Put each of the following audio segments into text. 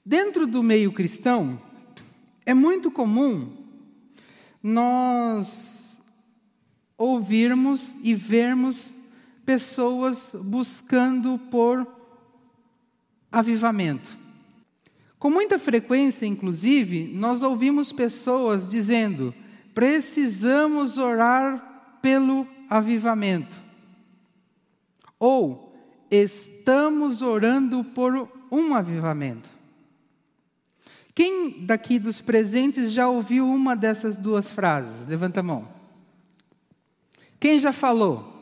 Dentro do meio cristão, é muito comum nós ouvirmos e vermos pessoas buscando por avivamento. Com muita frequência, inclusive, nós ouvimos pessoas dizendo: precisamos orar pelo avivamento. Ou, estamos orando por um avivamento. Quem daqui dos presentes já ouviu uma dessas duas frases? Levanta a mão. Quem já falou?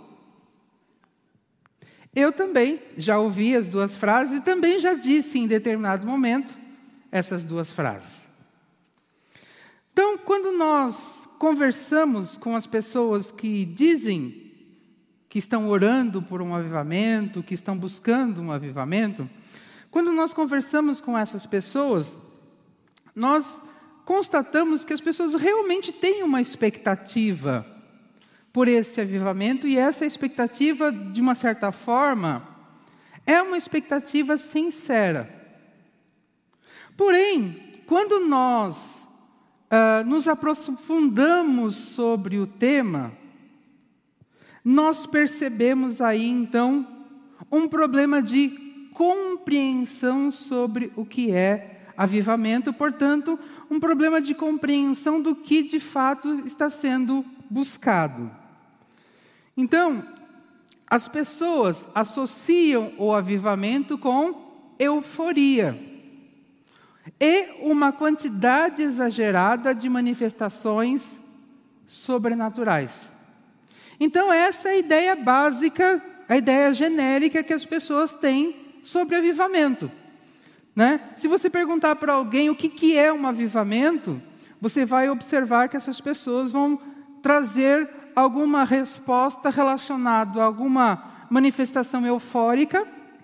Eu também já ouvi as duas frases e também já disse em determinado momento essas duas frases. Então, quando nós conversamos com as pessoas que dizem que estão orando por um avivamento, que estão buscando um avivamento, quando nós conversamos com essas pessoas, nós constatamos que as pessoas realmente têm uma expectativa por este avivamento, e essa expectativa, de uma certa forma, é uma expectativa sincera. Porém, quando nós nos aprofundamos sobre o tema, nós percebemos aí, então, um problema de compreensão sobre o que é avivamento, portanto, um problema de compreensão do que de fato está sendo buscado. Então, as pessoas associam o avivamento com euforia e uma quantidade exagerada de manifestações sobrenaturais. Então, essa é a ideia básica, a ideia genérica que as pessoas têm sobre avivamento, né? Se você perguntar para alguém o que é um avivamento, você vai observar que essas pessoas vão trazer alguma resposta relacionada a alguma manifestação eufórica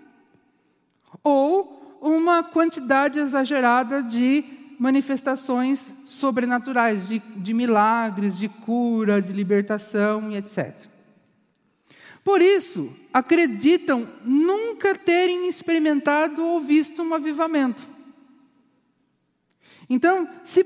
ou uma quantidade exagerada de manifestações sobrenaturais, de milagres, de cura, de libertação e etc. Por isso, acreditam nunca terem experimentado ou visto um avivamento. Então, se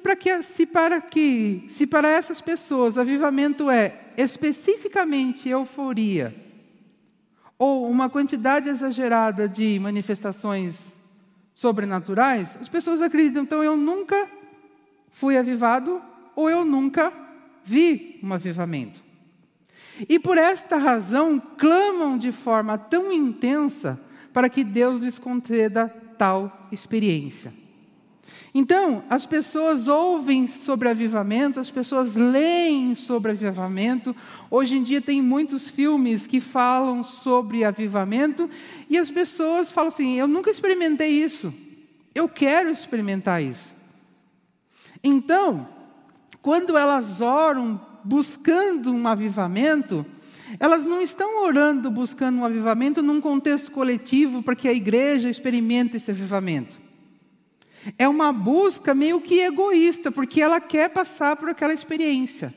para essas pessoas avivamento é especificamente euforia, ou uma quantidade exagerada de manifestações sobrenaturais, as pessoas acreditam, então eu nunca fui avivado, ou eu nunca vi um avivamento. E por esta razão, clamam de forma tão intensa para que Deus lhes conceda tal experiência. Então, as pessoas ouvem sobre avivamento, as pessoas leem sobre avivamento. Hoje em dia tem muitos filmes que falam sobre avivamento, e as pessoas falam assim: eu nunca experimentei isso, eu quero experimentar isso. Então, quando elas oram buscando um avivamento, elas não estão orando buscando um avivamento num contexto coletivo para que a igreja experimente esse avivamento. É uma busca meio que egoísta, porque ela quer passar por aquela experiência.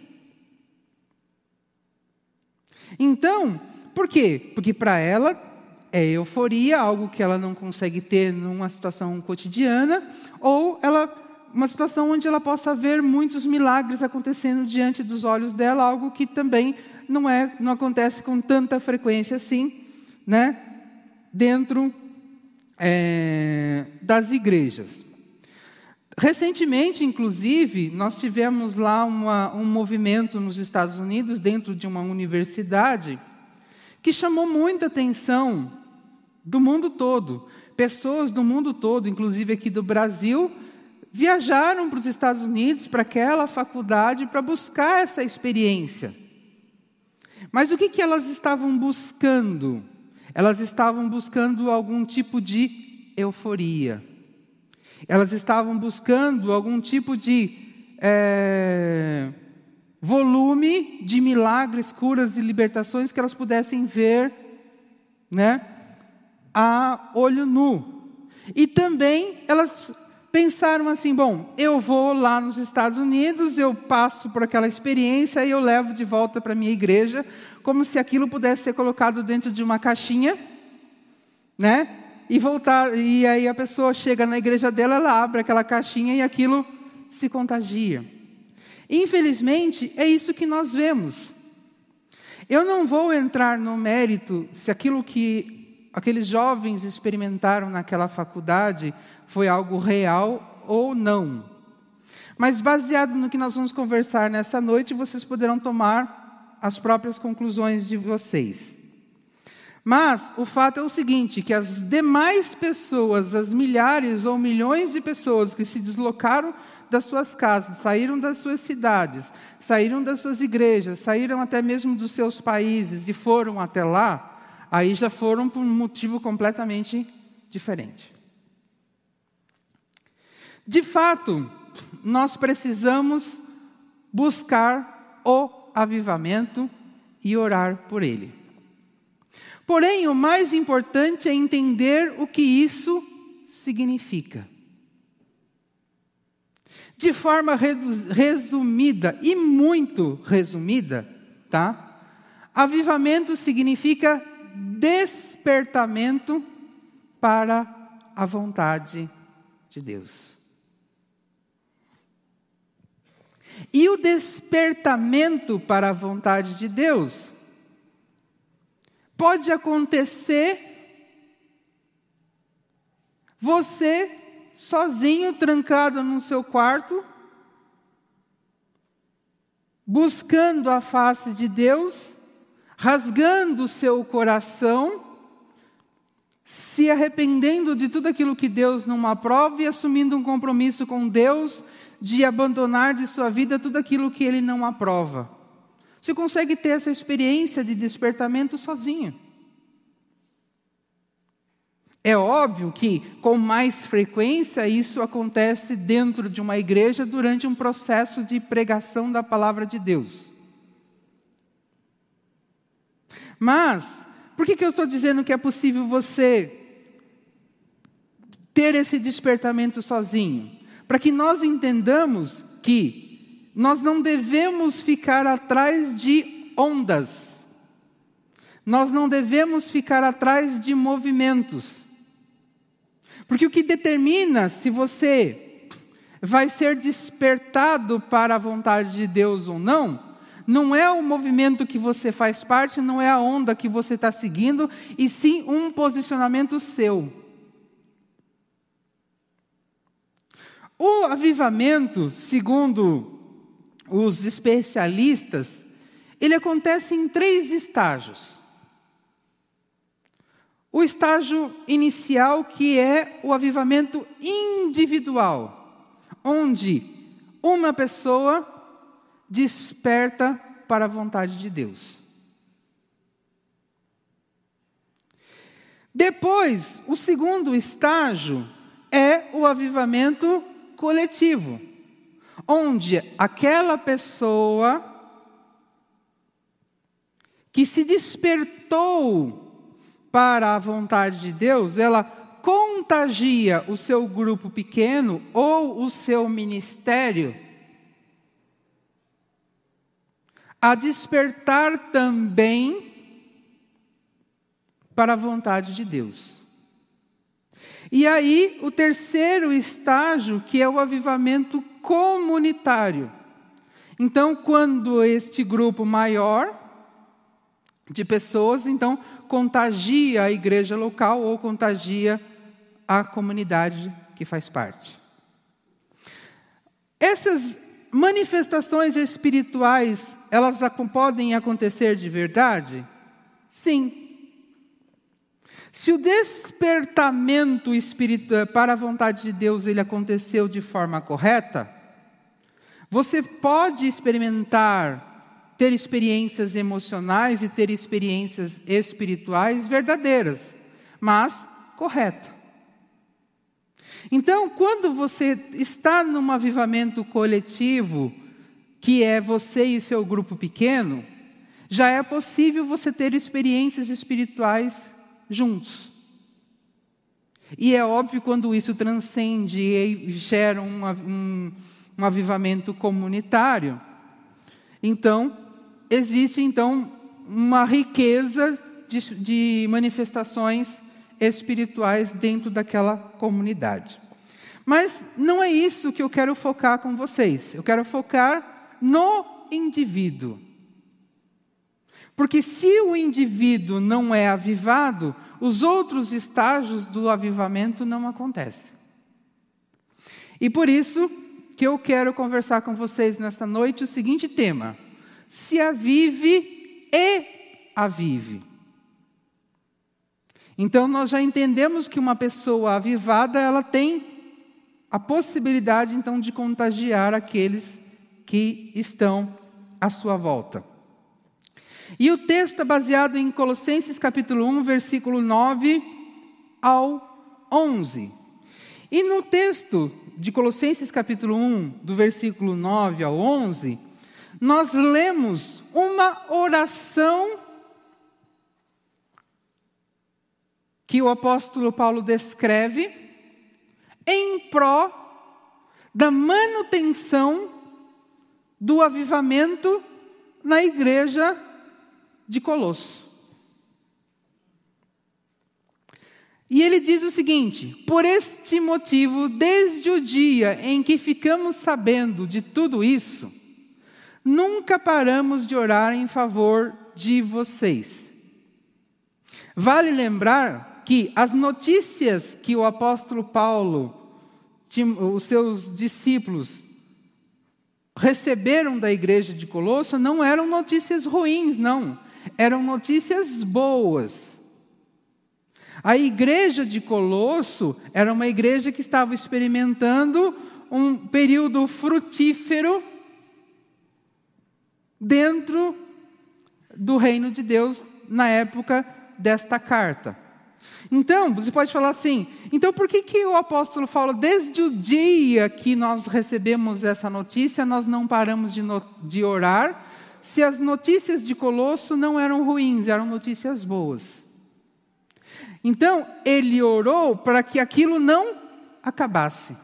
Então, por quê? Porque para ela é euforia, algo que ela não consegue ter numa situação cotidiana, ou uma situação onde ela possa ver muitos milagres acontecendo diante dos olhos dela, algo que também não acontece com tanta frequência assim, né, dentro das igrejas. Recentemente, inclusive, nós tivemos lá um movimento nos Estados Unidos, dentro de uma universidade, que chamou muita atenção do mundo todo. Pessoas do mundo todo, inclusive aqui do Brasil, viajaram para os Estados Unidos, para aquela faculdade, para buscar essa experiência. Mas o que elas estavam buscando? Elas estavam buscando algum tipo de euforia. Elas estavam buscando algum tipo de volume de milagres, curas e libertações que elas pudessem ver, né, a olho nu. E também elas pensaram assim: bom, eu vou lá nos Estados Unidos, eu passo por aquela experiência e eu levo de volta para a minha igreja, como se aquilo pudesse ser colocado dentro de uma caixinha, né? E aí a pessoa chega na igreja dela, ela abre aquela caixinha e aquilo se contagia. Infelizmente, é isso que nós vemos. Eu não vou entrar no mérito se aquilo que aqueles jovens experimentaram naquela faculdade foi algo real ou não. Mas baseado no que nós vamos conversar nessa noite, vocês poderão tomar as próprias conclusões de vocês. Mas o fato é o seguinte, que as demais pessoas, as milhares ou milhões de pessoas que se deslocaram das suas casas, saíram das suas cidades, saíram das suas igrejas, saíram até mesmo dos seus países e foram até lá, aí já foram por um motivo completamente diferente. De fato, nós precisamos buscar o avivamento e orar por ele. Porém, o mais importante é entender o que isso significa. De forma resumida, e muito resumida, tá? Avivamento significa despertamento para a vontade de Deus. E o despertamento para a vontade de Deus pode acontecer você sozinho, trancado no seu quarto, buscando a face de Deus, rasgando o seu coração, se arrependendo de tudo aquilo que Deus não aprova e assumindo um compromisso com Deus de abandonar de sua vida tudo aquilo que Ele não aprova. Você consegue ter essa experiência de despertamento sozinho. É óbvio que, com mais frequência, isso acontece dentro de uma igreja durante um processo de pregação da palavra de Deus. Mas, por que eu estou dizendo que é possível você ter esse despertamento sozinho? Para que nós entendamos que nós não devemos ficar atrás de ondas. Nós não devemos ficar atrás de movimentos. Porque o que determina se você vai ser despertado para a vontade de Deus ou não, não é o movimento que você faz parte, não é a onda que você está seguindo, e sim um posicionamento seu. O avivamento, segundo os especialistas, ele acontece em 3 estágios. O estágio inicial, que é o avivamento individual, onde uma pessoa desperta para a vontade de Deus. Depois, o segundo estágio é o avivamento coletivo, onde aquela pessoa que se despertou para a vontade de Deus, ela contagia o seu grupo pequeno ou o seu ministério a despertar também para a vontade de Deus. E aí, o terceiro estágio, que é o avivamento comunitário. Então, quando este grupo maior de pessoas, então, contagia a igreja local ou contagia a comunidade que faz parte. Essas manifestações espirituais, elas podem acontecer de verdade? Sim. Se o despertamento espiritual para a vontade de Deus ele aconteceu de forma correta, você pode experimentar, ter experiências emocionais e ter experiências espirituais verdadeiras, mas corretas. Então, quando você está num avivamento coletivo, que é você e seu grupo pequeno, já é possível você ter experiências espirituais juntos. E é óbvio quando isso transcende e gera um avivamento comunitário. Então, existe uma riqueza de manifestações espirituais dentro daquela comunidade. Mas não é isso que eu quero focar com vocês. Eu quero focar no indivíduo. Porque se o indivíduo não é avivado, os outros estágios do avivamento não acontecem. E por isso que eu quero conversar com vocês nesta noite o seguinte tema: se avive e avive. Então nós já entendemos que uma pessoa avivada, ela tem a possibilidade então de contagiar aqueles que estão à sua volta. E o texto é baseado em Colossenses capítulo 1, versículo 9 ao 11. E no texto de Colossenses capítulo 1, do versículo 9 ao 11, nós lemos uma oração que o apóstolo Paulo descreve em pró da manutenção do avivamento na igreja de Colosso. E ele diz o seguinte: por este motivo, desde o dia em que ficamos sabendo de tudo isso, nunca paramos de orar em favor de vocês. Vale lembrar que as notícias que o apóstolo Paulo, os seus discípulos, receberam da igreja de Colosso não eram notícias ruins, não. Eram notícias boas. A igreja de Colosso era uma igreja que estava experimentando um período frutífero dentro do reino de Deus na época desta carta. Então, você pode falar assim: então por que o apóstolo fala, desde o dia que nós recebemos essa notícia, nós não paramos de orar, se as notícias de Colosso não eram ruins, eram notícias boas? Então, ele orou para que aquilo não acabasse.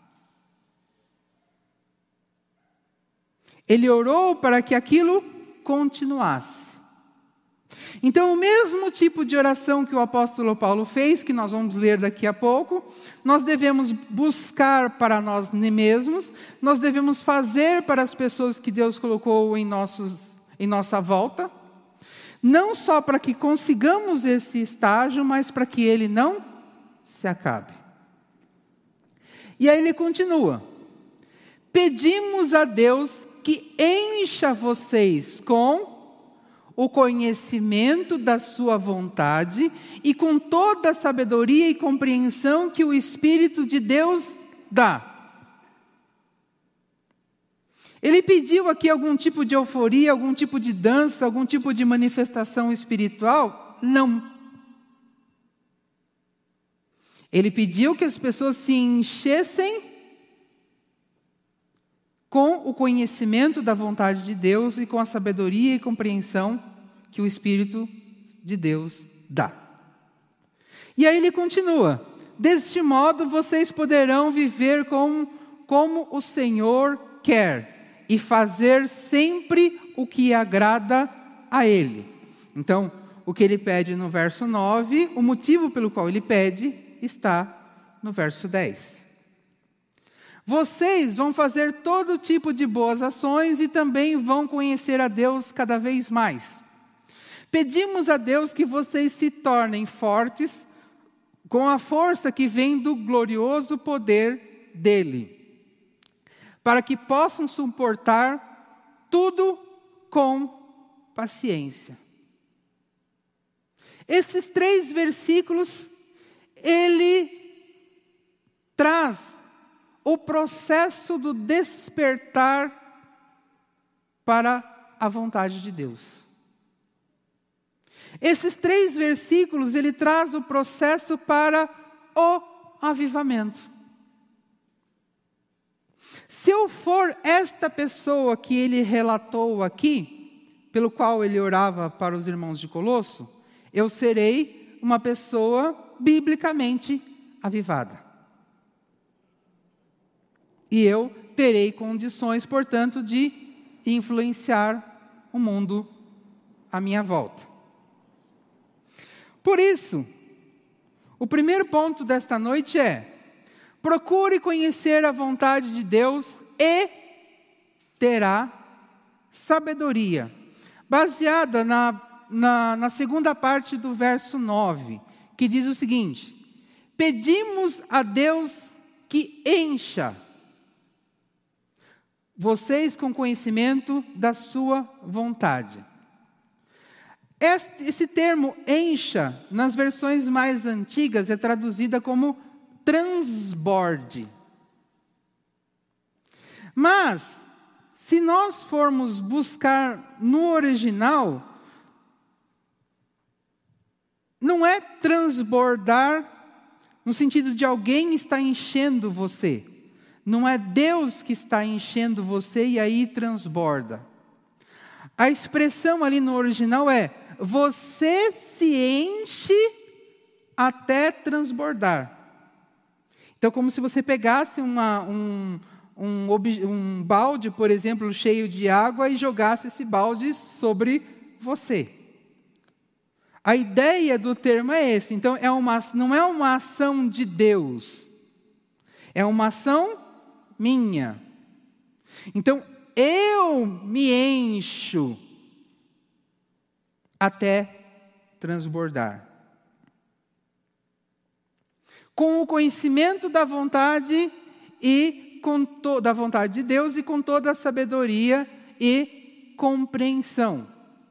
Ele orou para que aquilo continuasse. Então, o mesmo tipo de oração que o apóstolo Paulo fez, que nós vamos ler daqui a pouco, nós devemos buscar para nós mesmos, nós devemos fazer para as pessoas que Deus colocou em nossa volta, não só para que consigamos esse estágio, mas para que ele não se acabe. E aí ele continua: pedimos a Deus que encha vocês com o conhecimento da sua vontade e com toda a sabedoria e compreensão que o Espírito de Deus dá. Ele pediu aqui algum tipo de euforia, algum tipo de dança, algum tipo de manifestação espiritual? Não. Ele pediu que as pessoas se enchessem com o conhecimento da vontade de Deus e com a sabedoria e compreensão que o Espírito de Deus dá. E aí ele continua: deste modo vocês poderão viver como o Senhor quer e fazer sempre o que agrada a Ele. Então, o que ele pede no verso 9, o motivo pelo qual ele pede, está no verso 10. Vocês vão fazer todo tipo de boas ações e também vão conhecer a Deus cada vez mais. Pedimos a Deus que vocês se tornem fortes com a força que vem do glorioso poder dEle, para que possam suportar tudo com paciência. Esses 3 versículos, ele traz o processo do despertar para a vontade de Deus. Esses 3 versículos, ele traz o processo para o avivamento. Se eu for esta pessoa que ele relatou aqui, pelo qual ele orava para os irmãos de Colosso, eu serei uma pessoa biblicamente avivada. E eu terei condições, portanto, de influenciar o mundo à minha volta. Por isso, O primeiro ponto desta noite é: procure conhecer a vontade de Deus e terá sabedoria. Baseada na segunda parte do verso 9, que diz o seguinte: pedimos a Deus que encha vocês com conhecimento da sua vontade. Esse termo encha, nas versões mais antigas, é traduzida como transborde. Mas, se nós formos buscar no original, não é transbordar no sentido de alguém está enchendo você. Não é Deus que está enchendo você e aí transborda. A expressão ali no original é: você se enche até transbordar. Então, como se você pegasse um balde, por exemplo, cheio de água e jogasse esse balde sobre você. A ideia do termo é esse. Então, não é uma ação de Deus. É uma ação minha. Então, eu me encho até transbordar. Com o conhecimento da vontade da vontade de Deus e com toda a sabedoria e compreensão.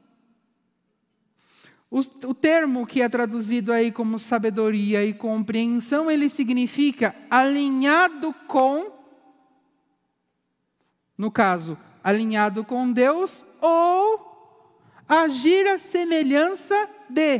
O termo que é traduzido aí como sabedoria e compreensão, ele significa alinhado com, no caso, alinhado com Deus, ou agir à semelhança de.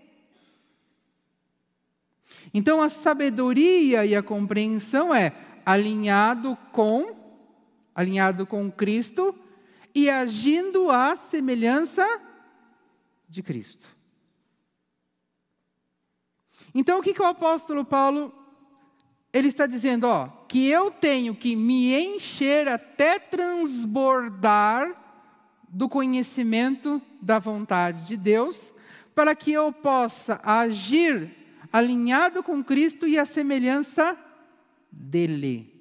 Então, a sabedoria e a compreensão é alinhado com Cristo e agindo à semelhança de Cristo. Então, o que o apóstolo Paulo ele está dizendo? Que eu tenho que me encher até transbordar do conhecimento da vontade de Deus, para que eu possa agir alinhado com Cristo e a semelhança dele.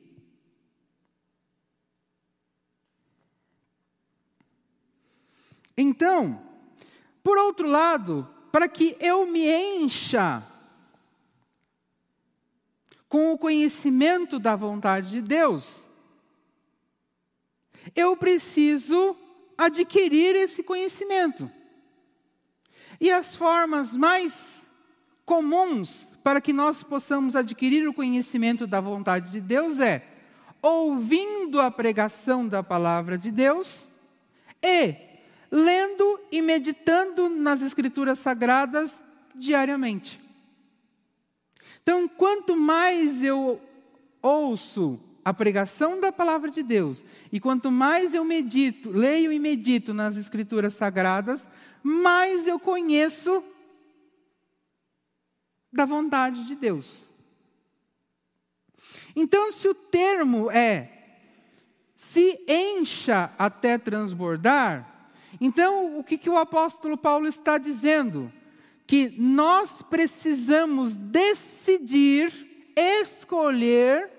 Então, por outro lado, para que eu me encha com o conhecimento da vontade de Deus, eu preciso adquirir esse conhecimento. E as formas mais comuns para que nós possamos adquirir o conhecimento da vontade de Deus é ouvindo a pregação da palavra de Deus e lendo e meditando nas Escrituras Sagradas diariamente. Então, quanto mais eu ouço a pregação da palavra de Deus, e quanto mais eu leio e medito nas Escrituras Sagradas, mais eu conheço da vontade de Deus. Então, se o termo é se encha até transbordar, então o que o apóstolo Paulo está dizendo? Que nós precisamos decidir, escolher,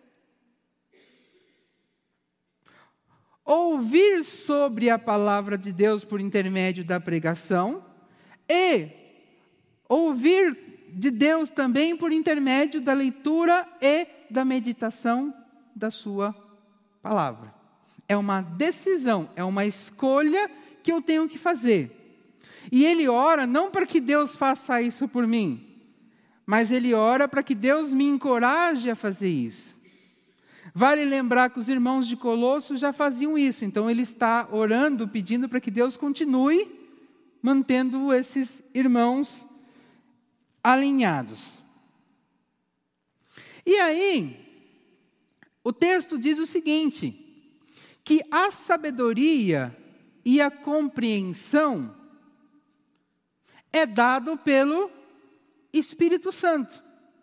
ouvir sobre a palavra de Deus por intermédio da pregação e ouvir de Deus também por intermédio da leitura e da meditação da sua palavra. É uma decisão, é uma escolha que eu tenho que fazer. E ele ora não para que Deus faça isso por mim, mas ele ora para que Deus me encoraje a fazer isso. Vale lembrar que os irmãos de Colosso já faziam isso, então ele está orando, pedindo para que Deus continue mantendo esses irmãos alinhados. E aí, o texto diz o seguinte, que a sabedoria e a compreensão é dado pelo Espírito Santo.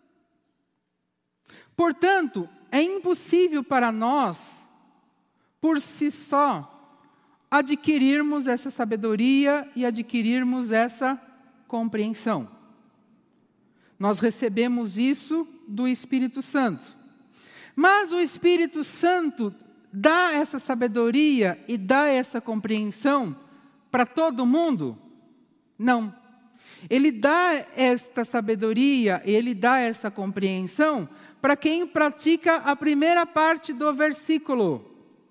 Portanto, é impossível para nós, por si só, adquirirmos essa sabedoria e adquirirmos essa compreensão. nós recebemos isso do Espírito Santo. Mas o Espírito Santo dá essa sabedoria e dá essa compreensão para todo mundo? Não. Ele dá esta sabedoria, ele dá essa compreensão para quem pratica a primeira parte do versículo.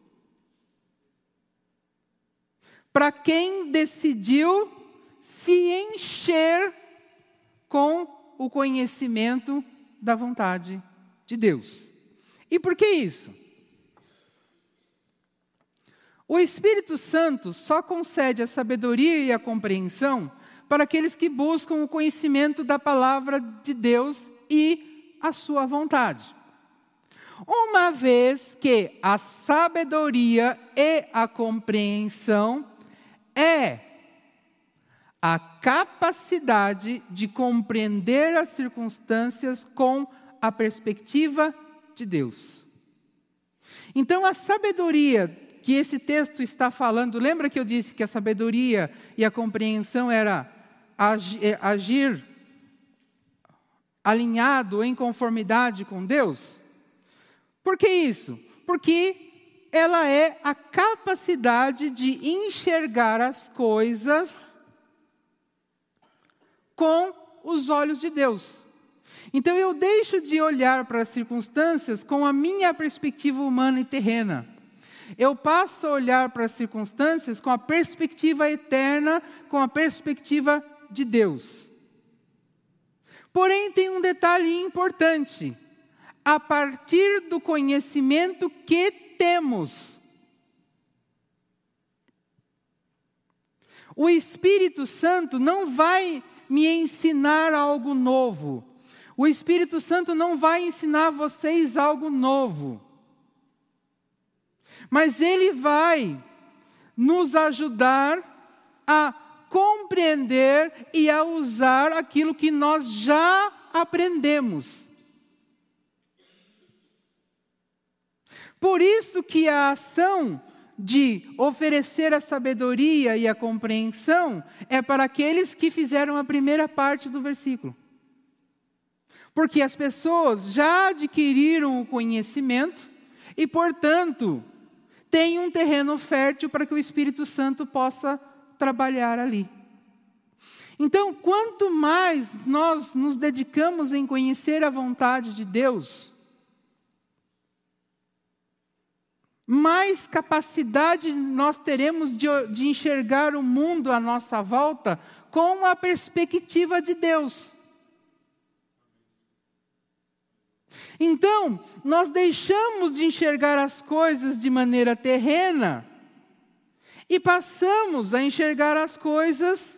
Para quem decidiu se encher com o conhecimento da vontade de Deus. E por que isso? O Espírito Santo só concede a sabedoria e a compreensão para aqueles que buscam o conhecimento da palavra de Deus e a sua vontade. Uma vez que a sabedoria e a compreensão é a capacidade de compreender as circunstâncias com a perspectiva de Deus. Então, a sabedoria que esse texto está falando, lembra que eu disse que a sabedoria e a compreensão era agir alinhado em conformidade com Deus? Por que isso? Porque ela é a capacidade de enxergar as coisas com os olhos de Deus. Então eu deixo de olhar para as circunstâncias com a minha perspectiva humana e terrena. Eu passo a olhar para as circunstâncias com a perspectiva eterna, com a perspectiva de Deus. Porém, tem um detalhe importante. A partir do conhecimento que temos, o Espírito Santo não vai me ensinar algo novo. O Espírito Santo não vai ensinar vocês algo novo. Mas Ele vai nos ajudar a compreender e a usar aquilo que nós já aprendemos. Por isso que a ação de oferecer a sabedoria e a compreensão é para aqueles que fizeram a primeira parte do versículo. Porque as pessoas já adquiriram o conhecimento e, portanto, têm um terreno fértil para que o Espírito Santo possa trabalhar ali. Então, quanto mais nós nos dedicamos em conhecer a vontade de Deus, mais capacidade nós teremos de enxergar o mundo à nossa volta com a perspectiva de Deus. Então, nós deixamos de enxergar as coisas de maneira terrena e passamos a enxergar as coisas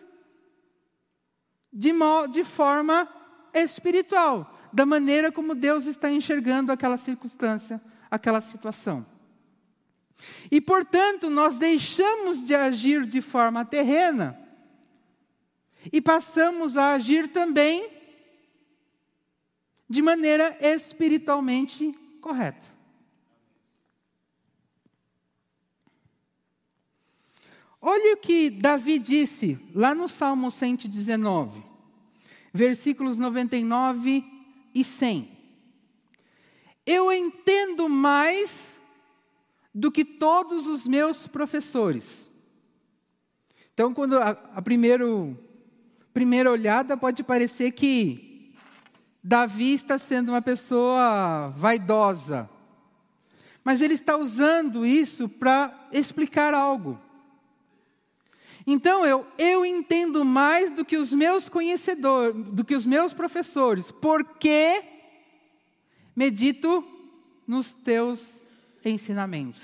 de forma espiritual, da maneira como Deus está enxergando aquela circunstância, aquela situação. E, portanto, nós deixamos de agir de forma terrena e passamos a agir também de maneira espiritualmente correta. Olha o que Davi disse lá no Salmo 119, versículos 99 e 100. Eu entendo mais do que todos os meus professores. Então, quando a primeira olhada pode parecer que Davi está sendo uma pessoa vaidosa. Mas ele está usando isso para explicar algo. Então, eu entendo mais do que os meus conhecedores, do que os meus professores, porque medito nos teus ensinamentos.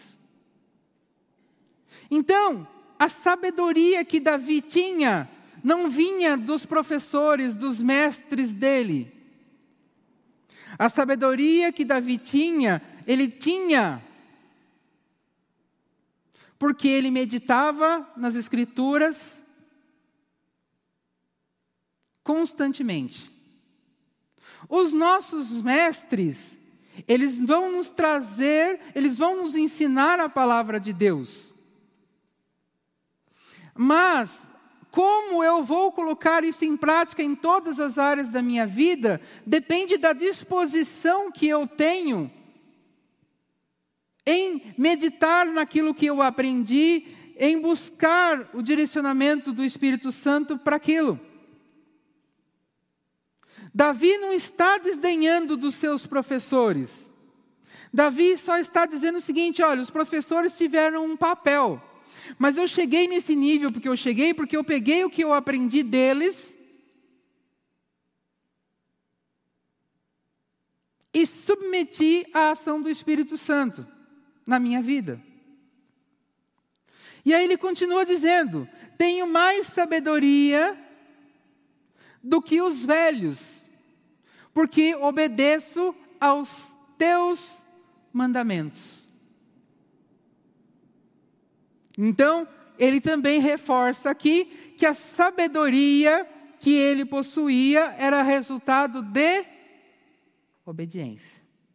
Então, a sabedoria que Davi tinha não vinha dos professores, dos mestres dele. A sabedoria que Davi tinha, ele tinha porque ele meditava nas Escrituras constantemente. Os nossos mestres, eles vão nos trazer, eles vão nos ensinar a palavra de Deus. Mas, como eu vou colocar isso em prática em todas as áreas da minha vida, depende da disposição que eu tenho em meditar naquilo que eu aprendi, em buscar o direcionamento do Espírito Santo para aquilo. Davi não está desdenhando dos seus professores. Davi só está dizendo o seguinte: olha, os professores tiveram um papel, mas eu cheguei nesse nível porque eu peguei o que eu aprendi deles e submeti à ação do Espírito Santo na minha vida. E aí ele continua dizendo: tenho mais sabedoria do que os velhos, porque obedeço aos teus mandamentos. Então, ele também reforça aqui que a sabedoria que ele possuía era resultado de obediência.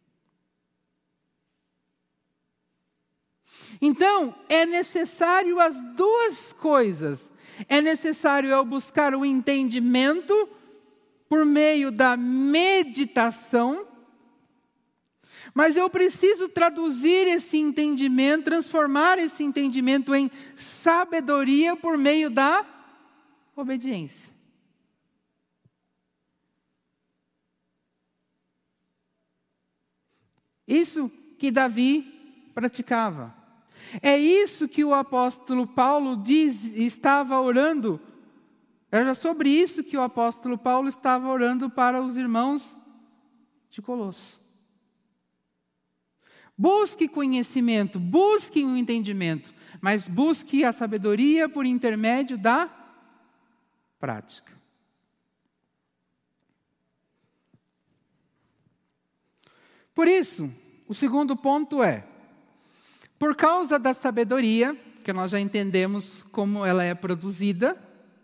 Então, é necessário as duas coisas. É necessário eu buscar o entendimento por meio da meditação, mas eu preciso traduzir esse entendimento, transformar esse entendimento em sabedoria por meio da obediência. Isso que Davi praticava. É isso que o apóstolo Paulo estava orando. Era sobre isso que o apóstolo Paulo estava orando para os irmãos de Colosso. Busque conhecimento, busque um entendimento, mas busque a sabedoria por intermédio da prática. Por isso, o segundo ponto é: por causa da sabedoria, que nós já entendemos como ela é produzida,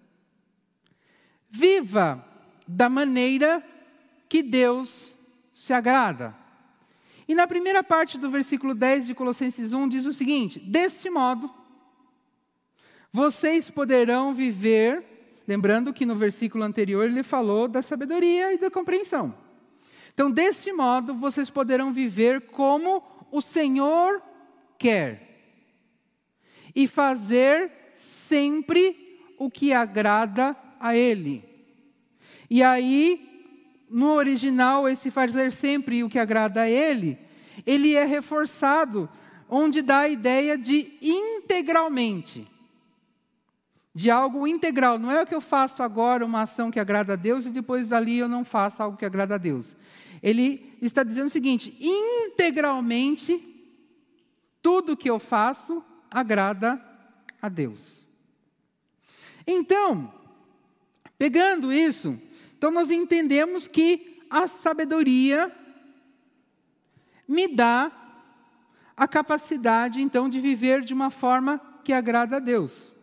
viva da maneira que Deus se agrada. E na primeira parte do versículo 10 de Colossenses 1 diz o seguinte: deste modo, vocês poderão viver, lembrando que no versículo anterior ele falou da sabedoria e da compreensão. Então, deste modo, vocês poderão viver como o Senhor quer e fazer sempre o que agrada a Ele. E aí, no original, esse fazer sempre o que agrada a Ele, ele é reforçado, onde dá a ideia de integralmente, de algo integral. Não é o que eu faço agora, uma ação que agrada a Deus, e depois dali eu não faço algo que agrada a Deus. Ele está dizendo o seguinte: integralmente, tudo que eu faço agrada a Deus. Então, pegando isso, então nós entendemos que a sabedoria me dá a capacidade, então, de viver de uma forma que agrada a Deus.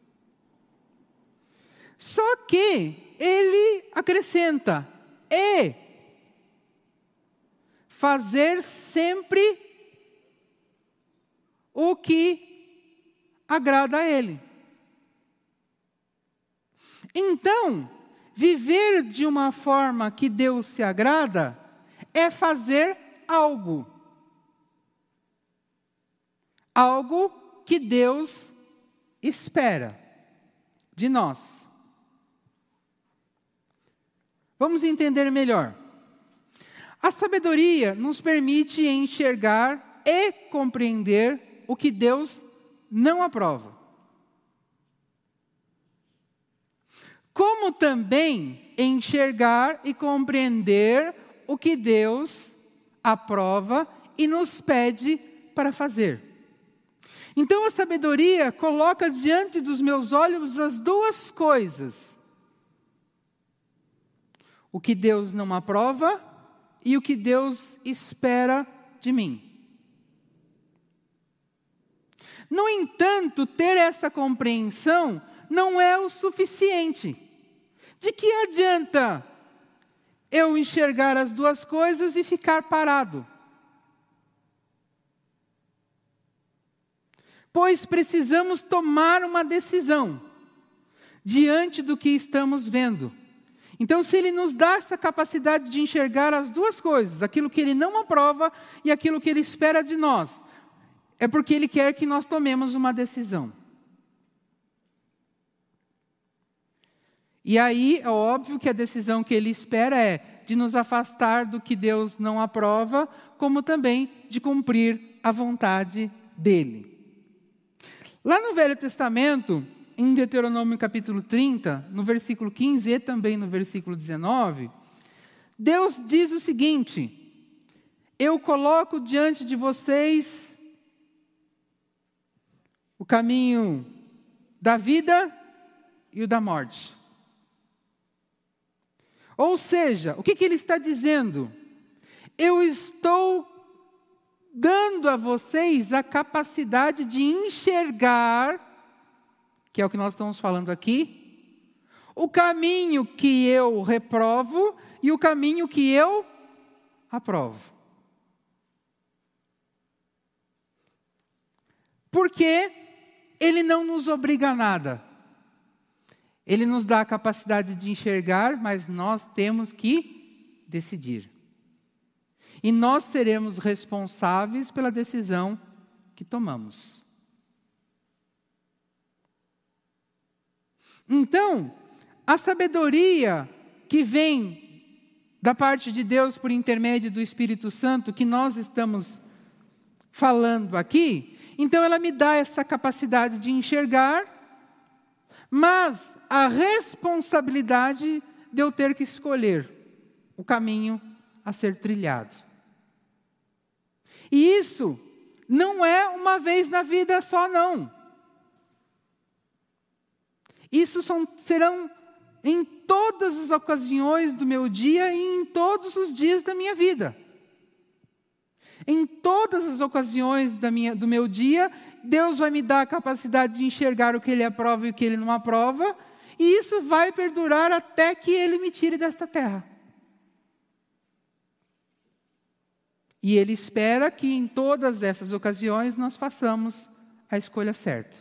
Só que ele acrescenta: e fazer sempre o que agrada a Ele. Então, viver de uma forma que Deus se agrada é fazer algo. Algo que Deus espera de nós. Vamos entender melhor. A sabedoria nos permite enxergar e compreender o que Deus não aprova. Como também enxergar e compreender o que Deus aprova e nos pede para fazer. Então a sabedoria coloca diante dos meus olhos as duas coisas: o que Deus não aprova e o que Deus espera de mim. No entanto, ter essa compreensão não é o suficiente. De que adianta eu enxergar as duas coisas e ficar parado? Pois precisamos tomar uma decisão diante do que estamos vendo. Então, se Ele nos dá essa capacidade de enxergar as duas coisas, aquilo que Ele não aprova e aquilo que Ele espera de nós, é porque Ele quer que nós tomemos uma decisão. E aí, é óbvio que a decisão que Ele espera é de nos afastar do que Deus não aprova, como também de cumprir a vontade dEle. Lá no Velho Testamento, em Deuteronômio capítulo 30, no versículo 15 e também no versículo 19, Deus diz o seguinte: eu coloco diante de vocês o caminho da vida e o da morte. Ou seja, o que Ele está dizendo? Eu estou dando a vocês a capacidade de enxergar, que é o que nós estamos falando aqui, o caminho que eu reprovo e o caminho que eu aprovo. Porque Ele não nos obriga a nada. Ele nos dá a capacidade de enxergar, mas nós temos que decidir. E nós seremos responsáveis pela decisão que tomamos. Então, a sabedoria que vem da parte de Deus por intermédio do Espírito Santo, que nós estamos falando aqui, então ela me dá essa capacidade de enxergar, mas a responsabilidade de eu ter que escolher o caminho a ser trilhado. E isso não é uma vez na vida só, não. Isso serão em todas as ocasiões do meu dia e em todos os dias da minha vida. Em todas as ocasiões do meu dia, Deus vai me dar a capacidade de enxergar o que Ele aprova e o que Ele não aprova, e isso vai perdurar até que Ele me tire desta terra. E Ele espera que em todas essas ocasiões nós façamos a escolha certa.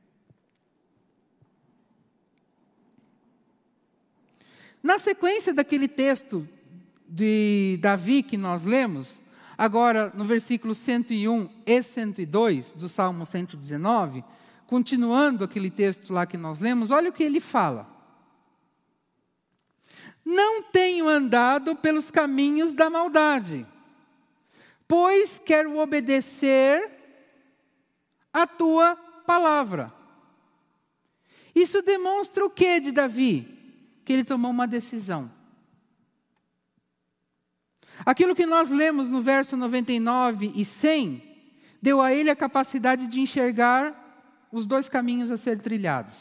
Na sequência daquele texto de Davi que nós lemos, agora no versículo 101 e 102 do Salmo 119, continuando aquele texto lá que nós lemos, olha o que ele fala. Não tenho andado pelos caminhos da maldade, pois quero obedecer a tua palavra. Isso demonstra o que de Davi? Que ele tomou uma decisão. Aquilo que nós lemos no verso 99 e 100, deu a ele a capacidade de enxergar os dois caminhos a ser trilhados.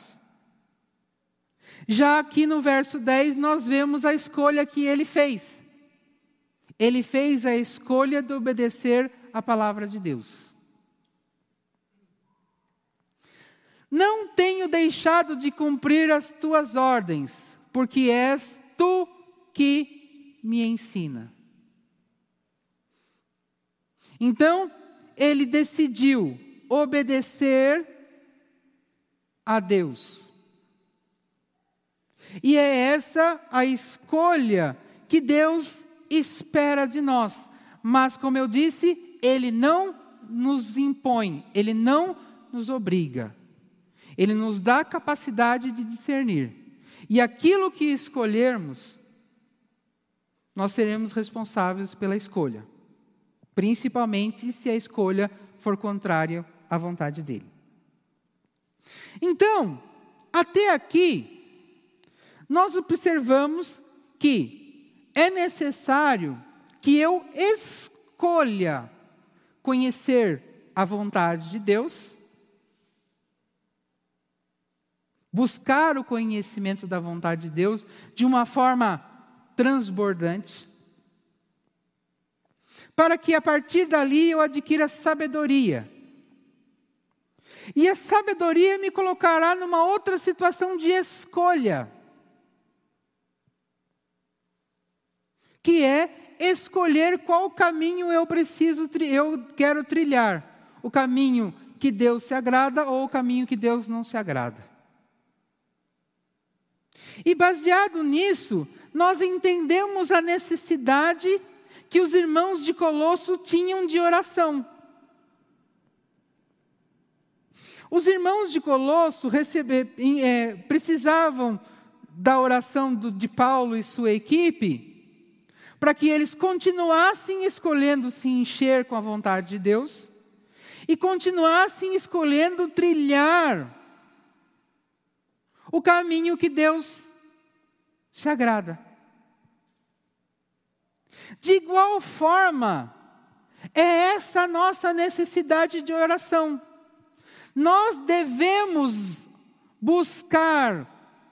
Já aqui no verso 10, nós vemos a escolha que ele fez. Ele fez a escolha de obedecer a palavra de Deus. Não tenho deixado de cumprir as tuas ordens, porque és tu que me ensina. Então, ele decidiu obedecer a Deus. E é essa a escolha que Deus espera de nós. Mas, como eu disse, Ele não nos impõe, Ele não nos obriga. Ele nos dá a capacidade de discernir. E aquilo que escolhermos, nós seremos responsáveis pela escolha. Principalmente se a escolha for contrária à vontade dele. Então, até aqui, nós observamos que é necessário que eu escolha conhecer a vontade de Deus, buscar o conhecimento da vontade de Deus de uma forma transbordante, para que a partir dali eu adquira sabedoria. E a sabedoria me colocará numa outra situação de escolha, que é escolher qual caminho eu quero trilhar. O caminho que Deus se agrada ou o caminho que Deus não se agrada. E baseado nisso, nós entendemos a necessidade que os irmãos de Colosso tinham de oração. Os irmãos de Colosso precisavam da oração de Paulo e sua equipe, para que eles continuassem escolhendo se encher com a vontade de Deus, e continuassem escolhendo trilhar o caminho que Deus se agrada. De igual forma, é essa a nossa necessidade de oração. Nós devemos buscar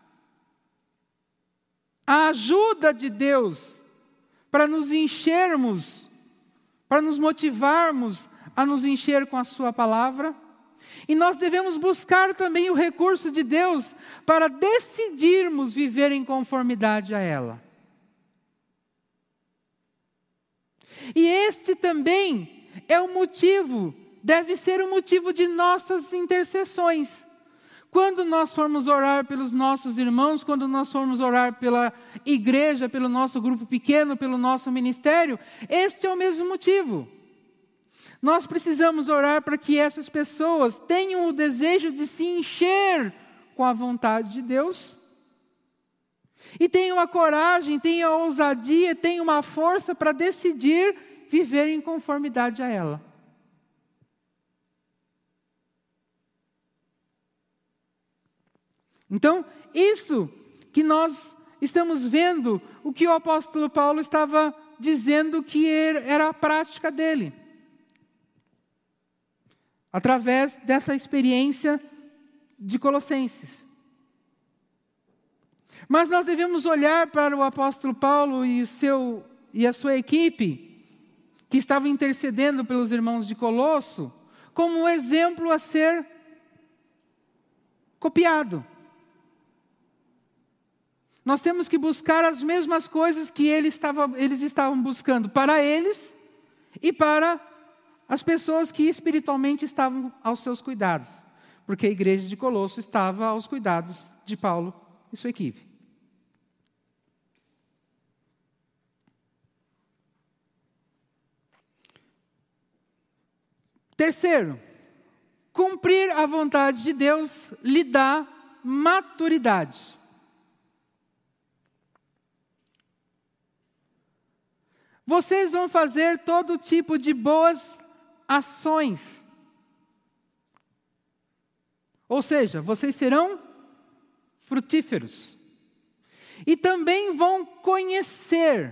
a ajuda de Deus para nos enchermos, para nos motivarmos a nos encher com a sua palavra. E nós devemos buscar também o recurso de Deus para decidirmos viver em conformidade a ela. E este também é o motivo, deve ser o motivo de nossas intercessões. Quando nós formos orar pelos nossos irmãos, quando nós formos orar pela igreja, pelo nosso grupo pequeno, pelo nosso ministério, este é o mesmo motivo. Nós precisamos orar para que essas pessoas tenham o desejo de se encher com a vontade de Deus, e tenham a coragem, tenham a ousadia, tenham uma força para decidir viver em conformidade a ela. Então, isso que nós estamos vendo, o que o apóstolo Paulo estava dizendo que era a prática dele. Através dessa experiência de Colossenses. Mas nós devemos olhar para o apóstolo Paulo e a sua equipe, que estavam intercedendo pelos irmãos de Colosso, como um exemplo a ser copiado. Nós temos que buscar as mesmas coisas que eles estavam buscando para eles e para as pessoas que espiritualmente estavam aos seus cuidados. Porque a igreja de Colosso estava aos cuidados de Paulo e sua equipe. Terceiro, cumprir a vontade de Deus lhe dá maturidade. Vocês vão fazer todo tipo de boas ações. Ou seja, vocês serão frutíferos. E também vão conhecer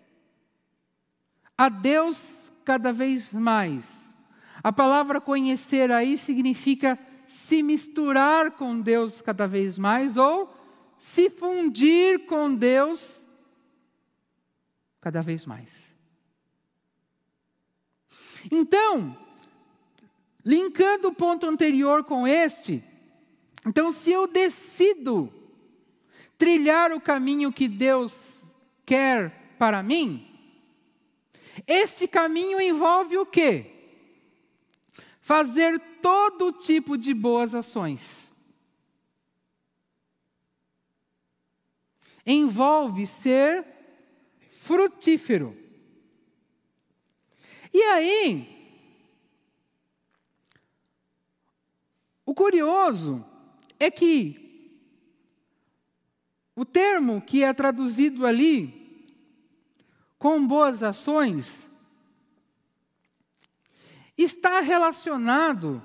a Deus cada vez mais. A palavra conhecer aí significa se misturar com Deus cada vez mais, ou se fundir com Deus cada vez mais. Então, linkando o ponto anterior com este, então se eu decido trilhar o caminho que Deus quer para mim, este caminho envolve o quê? Fazer todo tipo de boas ações. Envolve ser frutífero. E aí, o curioso é que o termo que é traduzido ali, com boas ações, está relacionado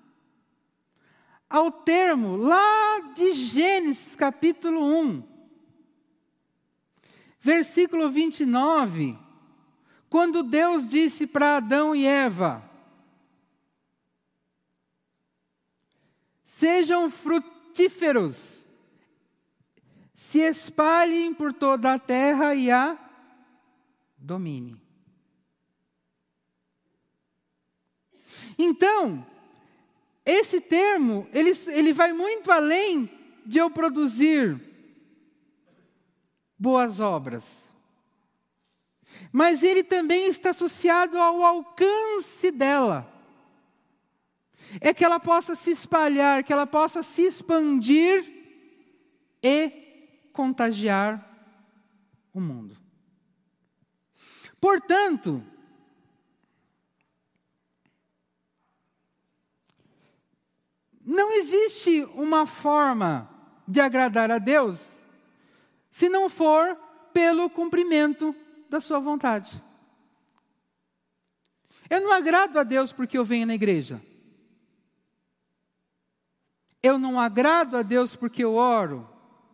ao termo lá de Gênesis capítulo 1, versículo 29, quando Deus disse para Adão e Eva: sejam frutíferos, se espalhem por toda a terra e a domine. Então, esse termo, ele vai muito além de eu produzir boas obras. Mas ele também está associado ao alcance dela. É que ela possa se espalhar, que ela possa se expandir e contagiar o mundo. Portanto, não existe uma forma de agradar a Deus se não for pelo cumprimento da sua vontade. Eu não agrado a Deus porque eu venho na igreja. Eu não agrado a Deus porque eu oro.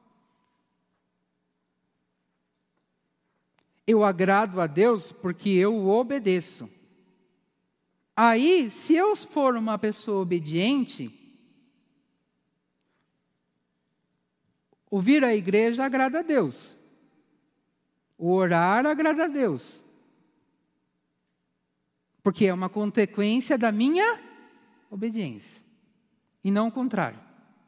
Eu agrado a Deus porque eu o obedeço. Aí, se eu for uma pessoa obediente, o vir à igreja agrada a Deus. O orar agrada a Deus. Porque é uma consequência da minha obediência. E não o contrário.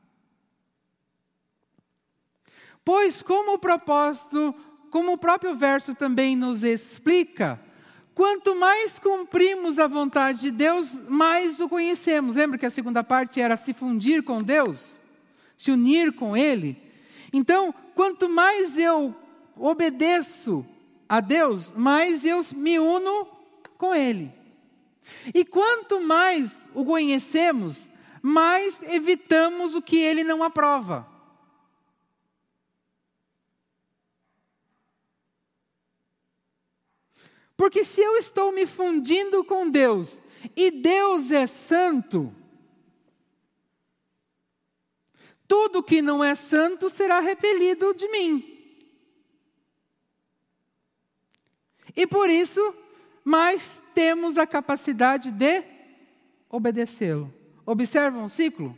Pois como o próprio verso também nos explica, quanto mais cumprimos a vontade de Deus, mais o conhecemos. Lembra que a segunda parte era se fundir com Deus? Se unir com Ele? Então, quanto mais eu obedeço a Deus, mais eu me uno com Ele. E quanto mais o conhecemos, mais evitamos o que Ele não aprova. Porque se eu estou me fundindo com Deus, e Deus é santo, tudo que não é santo será repelido de mim. E por isso, mais temos a capacidade de obedecê-lo. Observam o ciclo?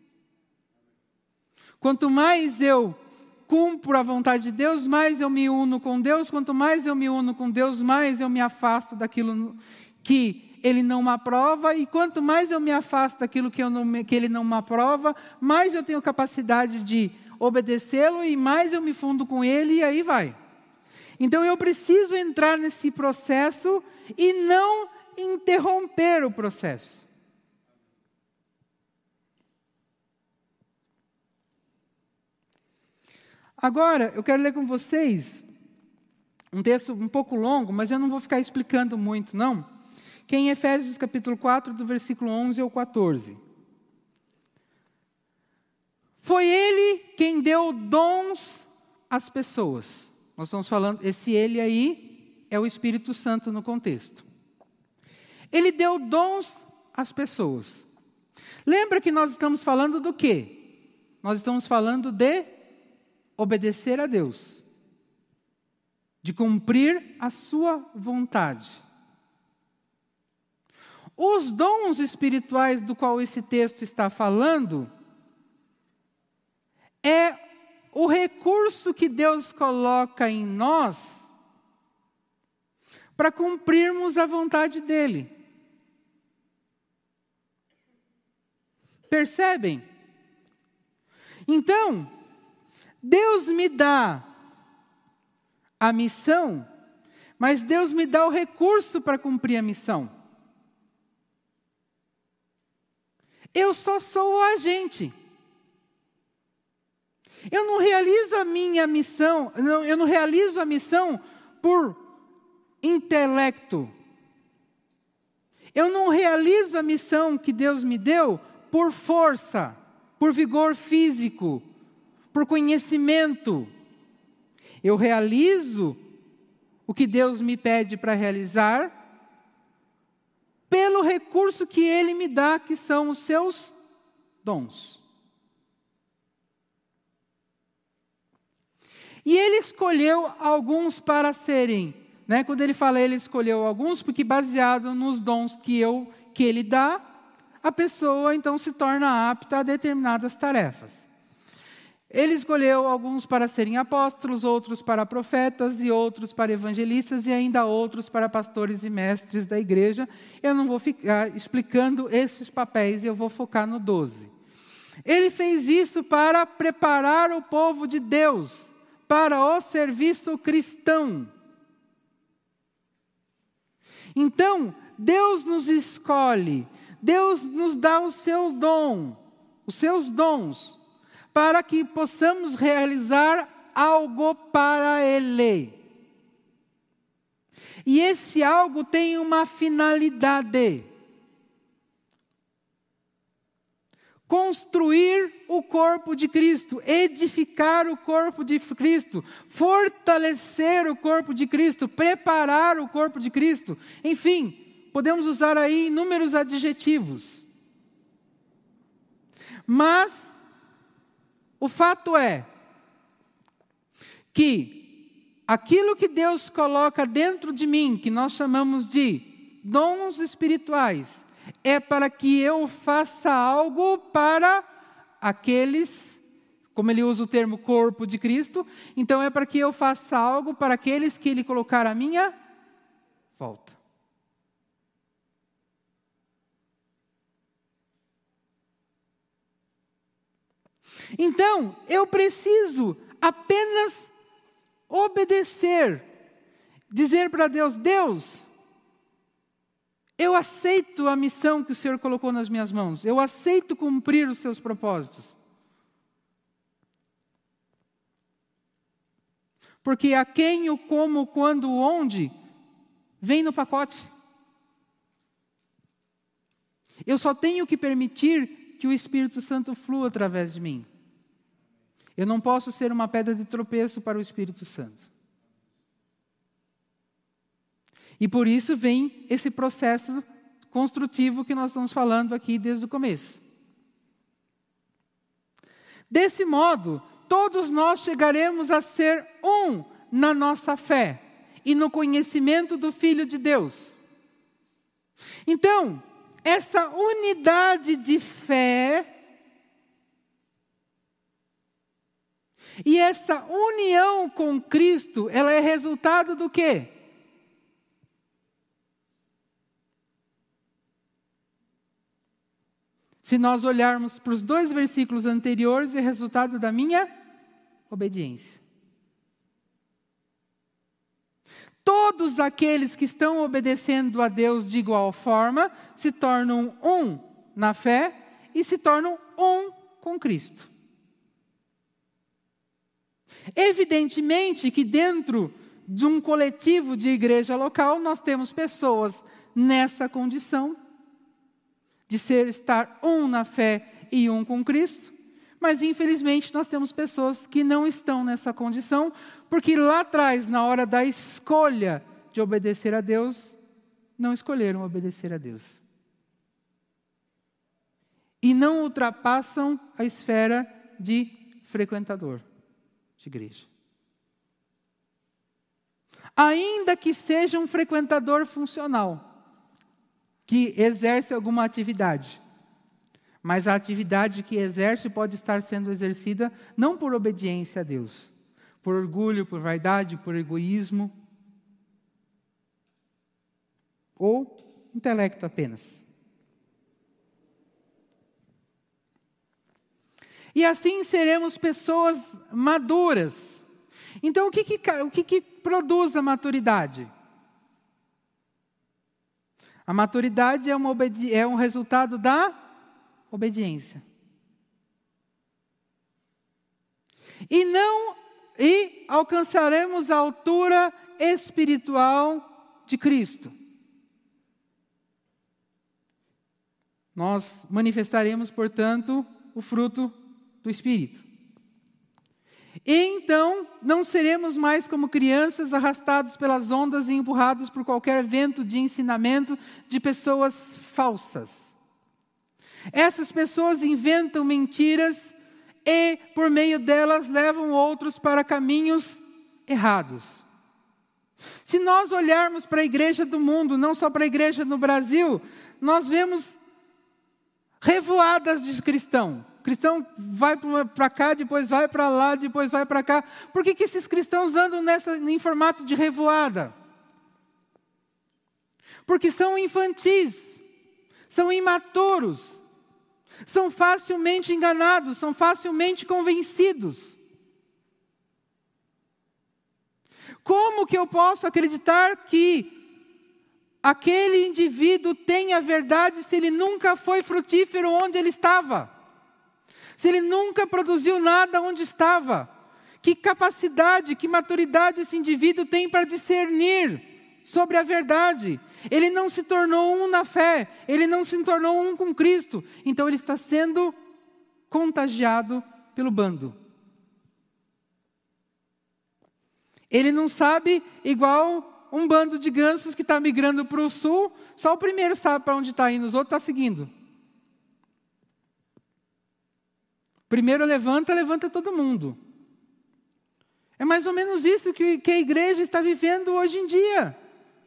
Quanto mais eu cumpro a vontade de Deus, mais eu me uno com Deus. Quanto mais eu me uno com Deus, mais eu me afasto daquilo que Ele não me aprova. E quanto mais eu me afasto daquilo que Ele não me aprova, mais eu tenho capacidade de obedecê-lo e mais eu me fundo com Ele e aí vai. Então eu preciso entrar nesse processo e não interromper o processo. Agora, eu quero ler com vocês um texto um pouco longo, mas eu não vou ficar explicando muito, não. Que é em Efésios capítulo 4, do versículo 11 ao 14. Foi Ele quem deu dons às pessoas. Nós estamos falando, esse Ele aí é o Espírito Santo no contexto. Ele deu dons às pessoas. Lembra que nós estamos falando do quê? Nós estamos falando de obedecer a Deus. De cumprir a sua vontade. Os dons espirituais do qual esse texto está falando é o recurso que Deus coloca em nós para cumprirmos a vontade dEle. Percebem? Então, Deus me dá a missão, mas Deus me dá o recurso para cumprir a missão. Eu só sou o agente. Eu não realizo a minha missão, eu não realizo a missão por intelecto. Eu não realizo a missão que Deus me deu por força, por vigor físico, por conhecimento. Eu realizo o que Deus me pede para realizar pelo recurso que Ele me dá, que são os seus dons. E Ele escolheu alguns para serem, quando Ele fala Ele escolheu alguns, porque baseado nos dons que Ele dá, a pessoa então se torna apta a determinadas tarefas. Ele escolheu alguns para serem apóstolos, outros para profetas, e outros para evangelistas, e ainda outros para pastores e mestres da igreja. Eu não vou ficar explicando esses papéis, eu vou focar no 12. Ele fez isso para preparar o povo de Deus para o serviço cristão. Então, Deus nos escolhe, Deus nos dá o seu dom, os seus dons, para que possamos realizar algo para Ele. E esse algo tem uma finalidade: construir o corpo de Cristo, edificar o corpo de Cristo, fortalecer o corpo de Cristo, preparar o corpo de Cristo. Enfim, podemos usar aí inúmeros adjetivos. Mas o fato é que aquilo que Deus coloca dentro de mim, que nós chamamos de dons espirituais, é para que eu faça algo para aqueles, como ele usa o termo corpo de Cristo, então é para que eu faça algo para aqueles que ele colocar à minha volta. Então, eu preciso apenas obedecer, dizer para Deus: Deus, eu aceito a missão que o Senhor colocou nas minhas mãos. Eu aceito cumprir os seus propósitos. Porque a quem, o como, o quando, o onde, vem no pacote. Eu só tenho que permitir que o Espírito Santo flua através de mim. Eu não posso ser uma pedra de tropeço para o Espírito Santo. E por isso vem esse processo construtivo que nós estamos falando aqui desde o começo. Desse modo, todos nós chegaremos a ser um na nossa fé e no conhecimento do Filho de Deus. Então, essa unidade de fé e essa união com Cristo, ela é resultado do quê? Se nós olharmos para os 2 versículos anteriores, é resultado da minha obediência. Todos aqueles que estão obedecendo a Deus de igual forma, se tornam um na fé e se tornam um com Cristo. Evidentemente que dentro de um coletivo de igreja local, nós temos pessoas nessa condição, de estar um na fé e um com Cristo, mas infelizmente nós temos pessoas que não estão nessa condição, porque lá atrás, na hora da escolha de obedecer a Deus, não escolheram obedecer a Deus. E não ultrapassam a esfera de frequentador de igreja. Ainda que seja um frequentador funcional, que exerce alguma atividade, mas a atividade que exerce pode estar sendo exercida não por obediência a Deus, por orgulho, por vaidade, por egoísmo, ou intelecto apenas. E assim seremos pessoas maduras. Então, o que produz a maturidade? A maturidade é um resultado da obediência. E alcançaremos a altura espiritual de Cristo. Nós manifestaremos, portanto, o fruto do Espírito. E então, não seremos mais como crianças arrastados pelas ondas e empurrados por qualquer vento de ensinamento de pessoas falsas. Essas pessoas inventam mentiras e, por meio delas, levam outros para caminhos errados. Se nós olharmos para a igreja do mundo, não só para a igreja no Brasil, nós vemos revoadas de cristão. Cristão vai para cá, depois vai para lá, depois vai para cá. Por que esses cristãos andam em formato de revoada? Porque são infantis, são imaturos, são facilmente enganados, são facilmente convencidos. Como que eu posso acreditar que aquele indivíduo tem a verdade se ele nunca foi frutífero onde ele estava? Se ele nunca produziu nada onde estava? Que capacidade, que maturidade esse indivíduo tem para discernir sobre a verdade. Ele não se tornou um na fé, ele não se tornou um com Cristo. Então ele está sendo contagiado pelo bando. Ele não sabe igual um bando de gansos que está migrando para o sul, só o primeiro sabe para onde está indo, os outros estão seguindo. Primeiro levanta todo mundo. É mais ou menos isso que a igreja está vivendo hoje em dia.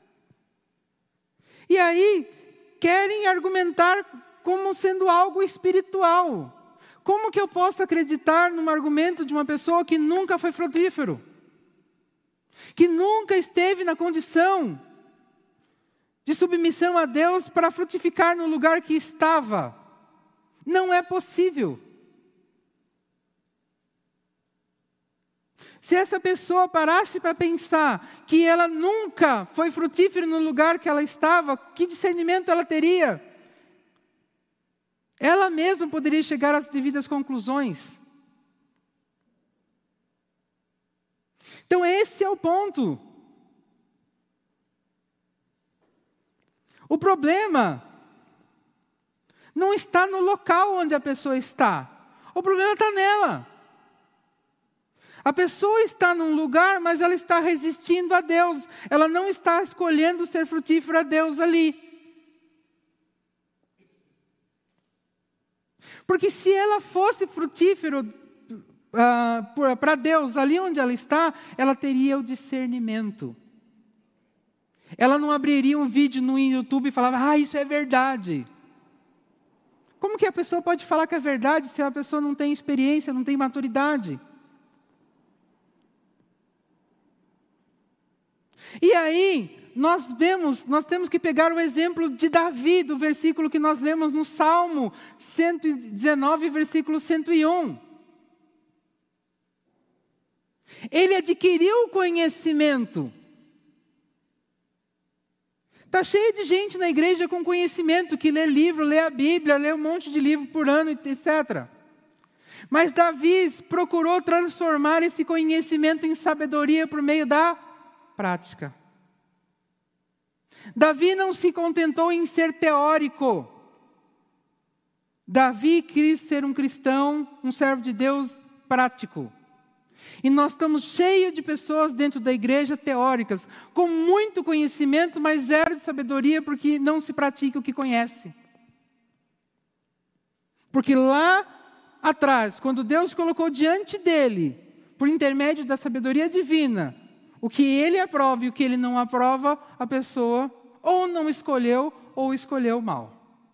E aí, querem argumentar como sendo algo espiritual. Como que eu posso acreditar num argumento de uma pessoa que nunca foi frutífero? Que nunca esteve na condição de submissão a Deus para frutificar no lugar que estava? Não é possível. Se essa pessoa parasse para pensar que ela nunca foi frutífera no lugar que ela estava, que discernimento ela teria? Ela mesma poderia chegar às devidas conclusões. Então esse é o ponto. O problema não está no local onde a pessoa está. O problema está nela. A pessoa está num lugar, mas ela está resistindo a Deus. Ela não está escolhendo ser frutífera a Deus ali. Porque se ela fosse frutífera para Deus, ali onde ela está, ela teria o discernimento. Ela não abriria um vídeo no YouTube e falava, isso é verdade. Como que a pessoa pode falar que é verdade se a pessoa não tem experiência, não tem maturidade? E aí, nós temos que pegar o exemplo de Davi, do versículo que nós lemos no Salmo 119, versículo 101. Ele adquiriu conhecimento. Está cheio de gente na igreja com conhecimento, que lê livro, lê a Bíblia, lê um monte de livro por ano, etc. Mas Davi procurou transformar esse conhecimento em sabedoria por meio da prática. Davi não se contentou em ser teórico. Davi quis ser um cristão, um servo de Deus prático. E nós estamos cheios de pessoas dentro da igreja teóricas, com muito conhecimento, mas zero de sabedoria, porque não se pratica o que conhece. Porque lá atrás, quando Deus colocou diante dele, por intermédio da sabedoria divina, o que ele aprova e o que ele não aprova, a pessoa ou não escolheu, ou escolheu mal.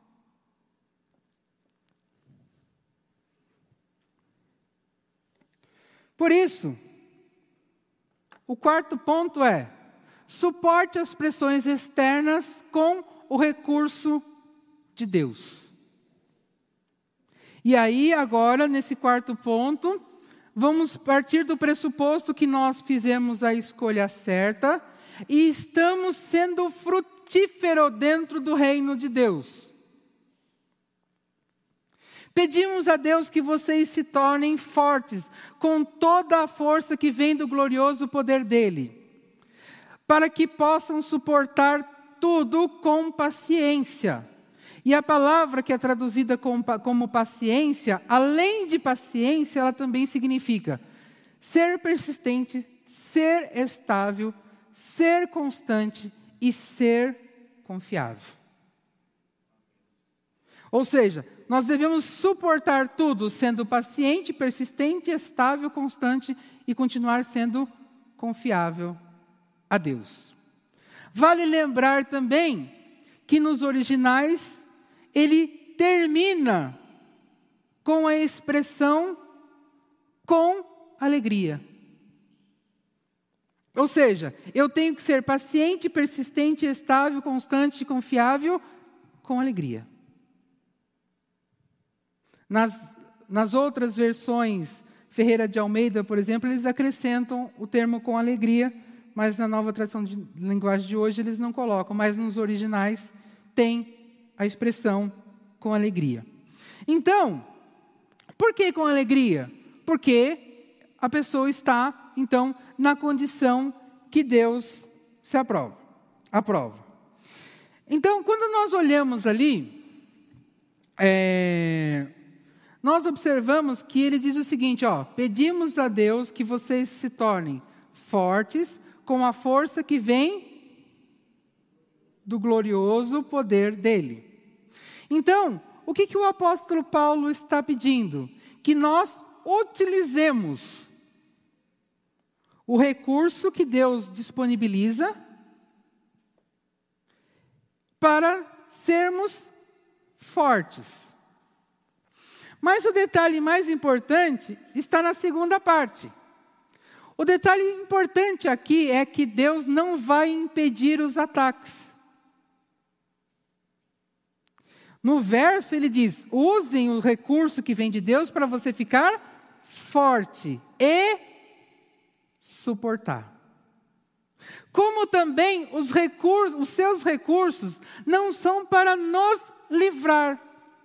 Por isso, o quarto ponto é: suporte as pressões externas com o recurso de Deus. E aí, agora, nesse quarto ponto, vamos partir do pressuposto que nós fizemos a escolha certa e estamos sendo frutíferos dentro do reino de Deus. Pedimos a Deus que vocês se tornem fortes, com toda a força que vem do glorioso poder dEle, para que possam suportar tudo com paciência. E a palavra que é traduzida como paciência, além de paciência, ela também significa ser persistente, ser estável, ser constante e ser confiável. Ou seja, nós devemos suportar tudo, sendo paciente, persistente, estável, constante e continuar sendo confiável a Deus. Vale lembrar também que nos originais, ele termina com a expressão com alegria. Ou seja, eu tenho que ser paciente, persistente, estável, constante e confiável com alegria. Nas outras versões, Ferreira de Almeida, por exemplo, eles acrescentam o termo com alegria, mas na nova tradução de linguagem de hoje eles não colocam, mas nos originais tem a expressão com alegria. Então, por que com alegria? Porque a pessoa está, então, na condição que Deus se aprova. Então, quando nós olhamos ali, nós observamos que ele diz o seguinte, pedimos a Deus que vocês se tornem fortes com a força que vem do glorioso poder dele. Então, o que o apóstolo Paulo está pedindo? Que nós utilizemos o recurso que Deus disponibiliza para sermos fortes. Mas o detalhe mais importante está na segunda parte. O detalhe importante aqui é que Deus não vai impedir os ataques. No verso ele diz, usem o recurso que vem de Deus para você ficar forte e suportar. Como também os seus recursos não são para nos livrar.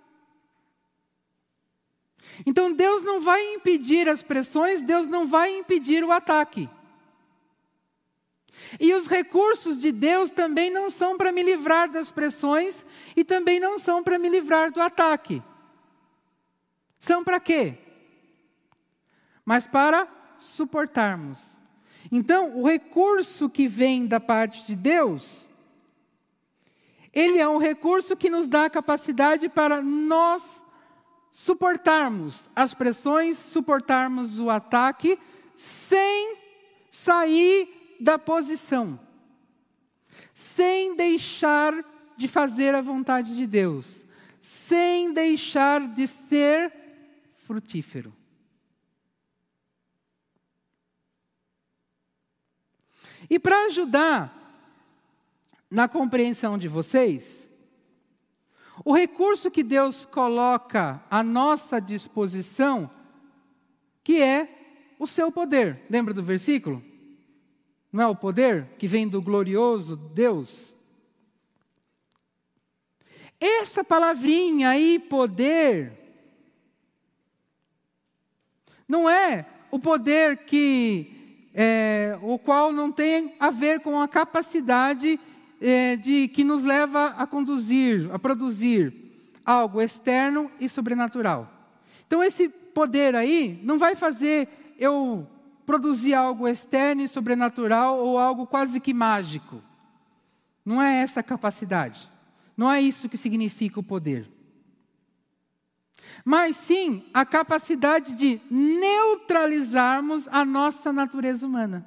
Então Deus não vai impedir as pressões, Deus não vai impedir o ataque. E os recursos de Deus também não são para me livrar das pressões e também não são para me livrar do ataque. São para quê? Mas para suportarmos. Então, o recurso que vem da parte de Deus, ele é um recurso que nos dá a capacidade para nós suportarmos as pressões, suportarmos o ataque, sem sair da posição, sem deixar de fazer a vontade de Deus, sem deixar de ser frutífero. E para ajudar na compreensão de vocês, o recurso que Deus coloca à nossa disposição, que é o seu poder. Lembra do versículo? Não é o poder que vem do glorioso Deus? Essa palavrinha aí, poder, não é o poder o qual não tem a ver com a capacidade que nos leva a produzir algo externo e sobrenatural. Então esse poder aí não vai fazer eu produzir algo externo e sobrenatural ou algo quase que mágico. Não é essa a capacidade. Não é isso que significa o poder. Mas sim a capacidade de neutralizarmos a nossa natureza humana.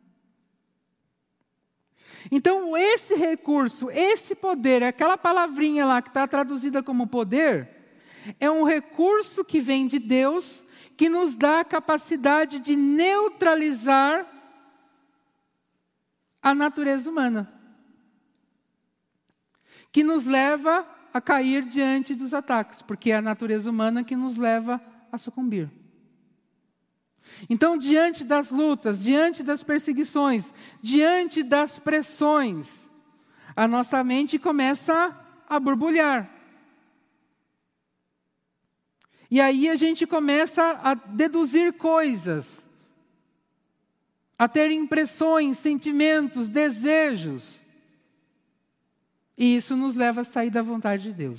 Então esse recurso, esse poder, aquela palavrinha lá que está traduzida como poder, é um recurso que vem de Deus, que nos dá a capacidade de neutralizar a natureza humana, que nos leva a cair diante dos ataques, porque é a natureza humana que nos leva a sucumbir. Então, diante das lutas, diante das perseguições, diante das pressões, a nossa mente começa a borbulhar. E aí a gente começa a deduzir coisas, a ter impressões, sentimentos, desejos. E isso nos leva a sair da vontade de Deus.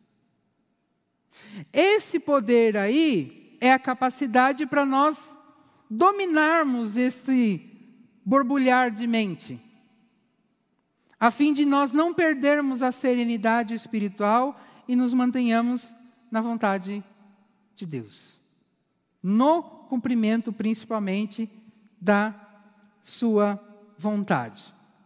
Esse poder aí é a capacidade para nós dominarmos esse borbulhar de mente, a fim de nós não perdermos a serenidade espiritual e nos mantenhamos na vontade de Deus, no cumprimento principalmente da sua vontade.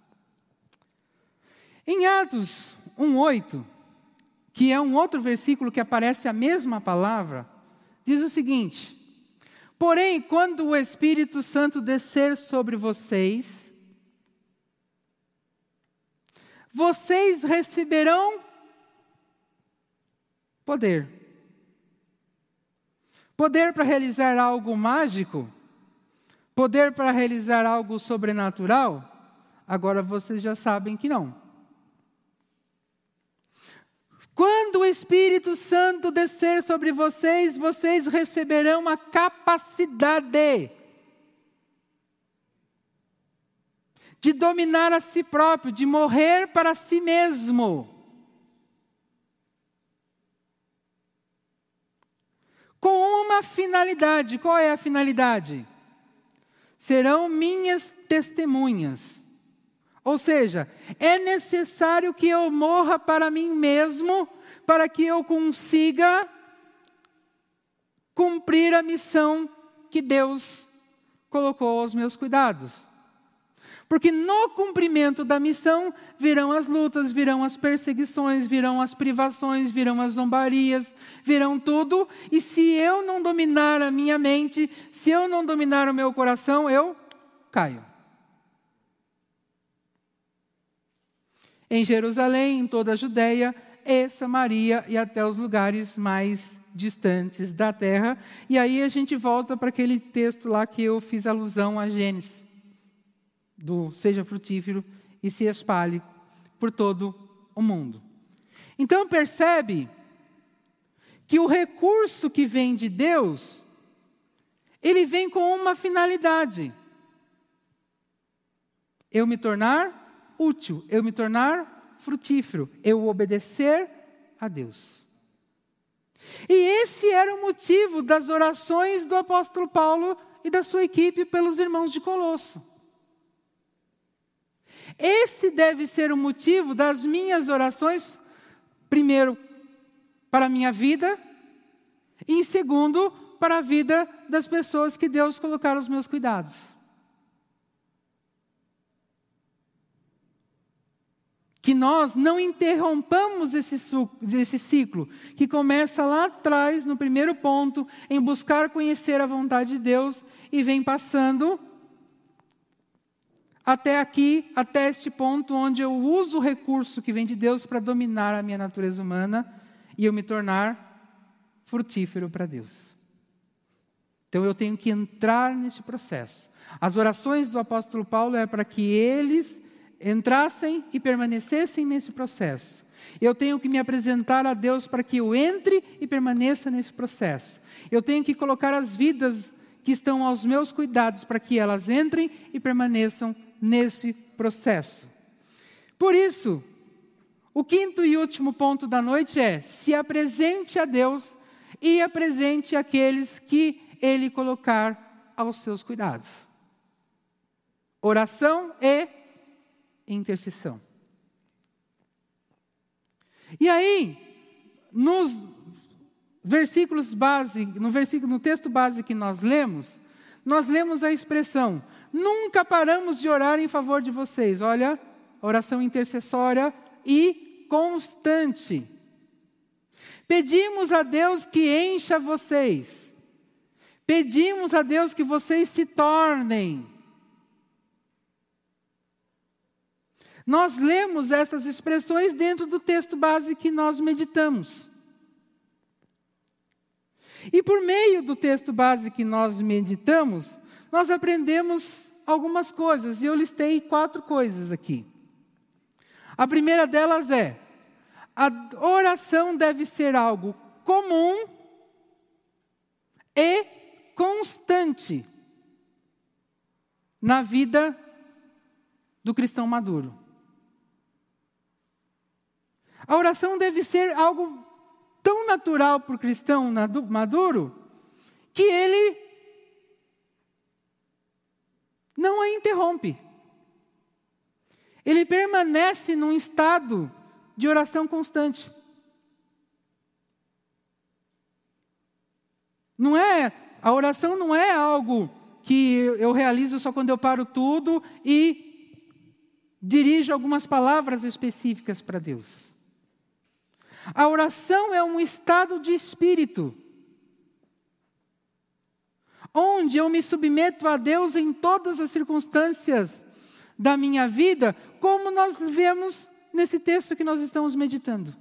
Em Atos 1:8, que é um outro versículo que aparece a mesma palavra, diz o seguinte: porém, quando o Espírito Santo descer sobre vocês, vocês receberão poder. Poder para realizar algo mágico? Poder para realizar algo sobrenatural? Agora vocês já sabem que não. Quando o Espírito Santo descer sobre vocês, vocês receberão a capacidade de dominar a si próprio, de morrer para si mesmo. Com uma finalidade. Qual é a finalidade? Serão minhas testemunhas. Ou seja, é necessário que eu morra para mim mesmo, para que eu consiga cumprir a missão que Deus colocou aos meus cuidados. Porque no cumprimento da missão, virão as lutas, virão as perseguições, virão as privações, virão as zombarias, virão tudo. E se eu não dominar a minha mente, se eu não dominar o meu coração, eu caio. Em Jerusalém, em toda a Judéia, e Samaria e até os lugares mais distantes da terra. E aí a gente volta para aquele texto lá que eu fiz alusão a Gênesis. Seja frutífero e se espalhe por todo o mundo. Então percebe que o recurso que vem de Deus, ele vem com uma finalidade. Eu me tornar útil, eu me tornar frutífero, eu obedecer a Deus. E esse era o motivo das orações do apóstolo Paulo e da sua equipe pelos irmãos de Colosso. Esse deve ser o motivo das minhas orações, primeiro, para a minha vida, e em segundo, para a vida das pessoas que Deus colocar aos meus cuidados. Que nós não interrompamos esse ciclo, que começa lá atrás, no primeiro ponto, em buscar conhecer a vontade de Deus, e vem passando até aqui, até este ponto onde eu uso o recurso que vem de Deus para dominar a minha natureza humana e eu me tornar frutífero para Deus. Então eu tenho que entrar nesse processo. As orações do apóstolo Paulo é para que eles entrassem e permanecessem nesse processo. Eu tenho que me apresentar a Deus para que eu entre e permaneça nesse processo. Eu tenho que colocar as vidas que estão aos meus cuidados para que elas entrem e permaneçam nesse processo. Por isso, o quinto e último ponto da noite é: se apresente a Deus e apresente aqueles que Ele colocar aos seus cuidados. Oração e intercessão. E aí, no texto base que nós lemos a expressão: nunca paramos de orar em favor de vocês. Olha, oração intercessória e constante. Pedimos a Deus que encha vocês. Pedimos a Deus que vocês se tornem. Nós lemos essas expressões dentro do texto base que nós meditamos. E por meio do texto base que nós meditamos, nós aprendemos algumas coisas, e eu listei 4 coisas aqui. A primeira delas é: a oração deve ser algo comum e constante na vida do cristão maduro. A oração deve ser algo tão natural para o cristão maduro, que ele não a interrompe. Ele permanece num estado de oração constante. A oração não é algo que eu realizo só quando eu paro tudo e dirijo algumas palavras específicas para Deus. A oração é um estado de espírito, onde eu me submeto a Deus em todas as circunstâncias da minha vida, como nós vemos nesse texto que nós estamos meditando.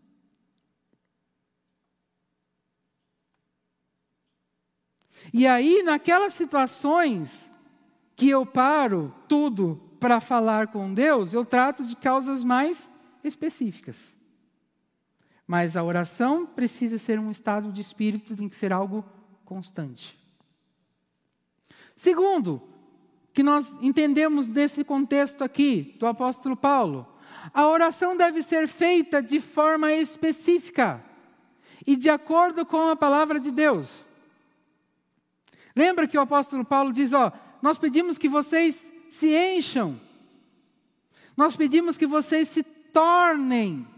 E aí, naquelas situações que eu paro tudo para falar com Deus, eu trato de causas mais específicas. Mas a oração precisa ser um estado de espírito, tem que ser algo constante. Segundo, que nós entendemos desse contexto aqui, do apóstolo Paulo. A oração deve ser feita de forma específica e de acordo com a palavra de Deus. Lembra que o apóstolo Paulo diz, nós pedimos que vocês se encham. Nós pedimos que vocês se tornem.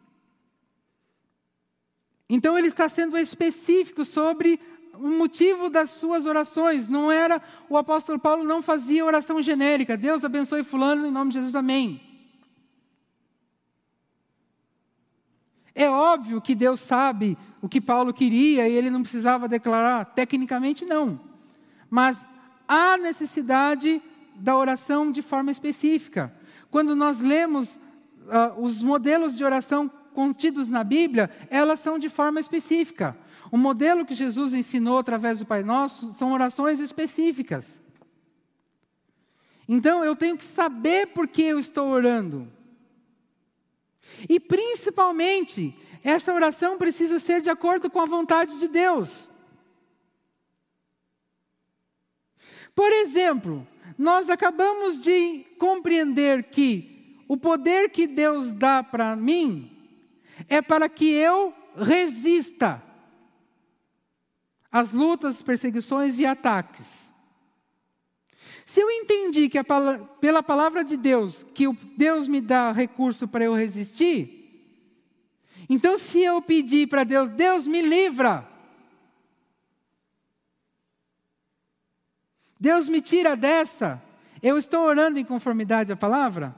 Então ele está sendo específico sobre o motivo das suas orações. O apóstolo Paulo não fazia oração genérica. Deus abençoe fulano, em nome de Jesus, amém. É óbvio que Deus sabe o que Paulo queria e ele não precisava declarar, tecnicamente não. Mas há necessidade da oração de forma específica. Quando nós lemos os modelos de oração contidos na Bíblia, elas são de forma específica. O modelo que Jesus ensinou através do Pai Nosso são orações específicas. Então, eu tenho que saber por que eu estou orando. E, principalmente, essa oração precisa ser de acordo com a vontade de Deus. Por exemplo, nós acabamos de compreender que o poder que Deus dá para mim é para que eu resista às lutas, perseguições e ataques. Se eu entendi que pela palavra de Deus, que Deus me dá recurso para eu resistir, então se eu pedir para Deus, Deus me livra, Deus me tira dessa, eu estou orando em conformidade à palavra?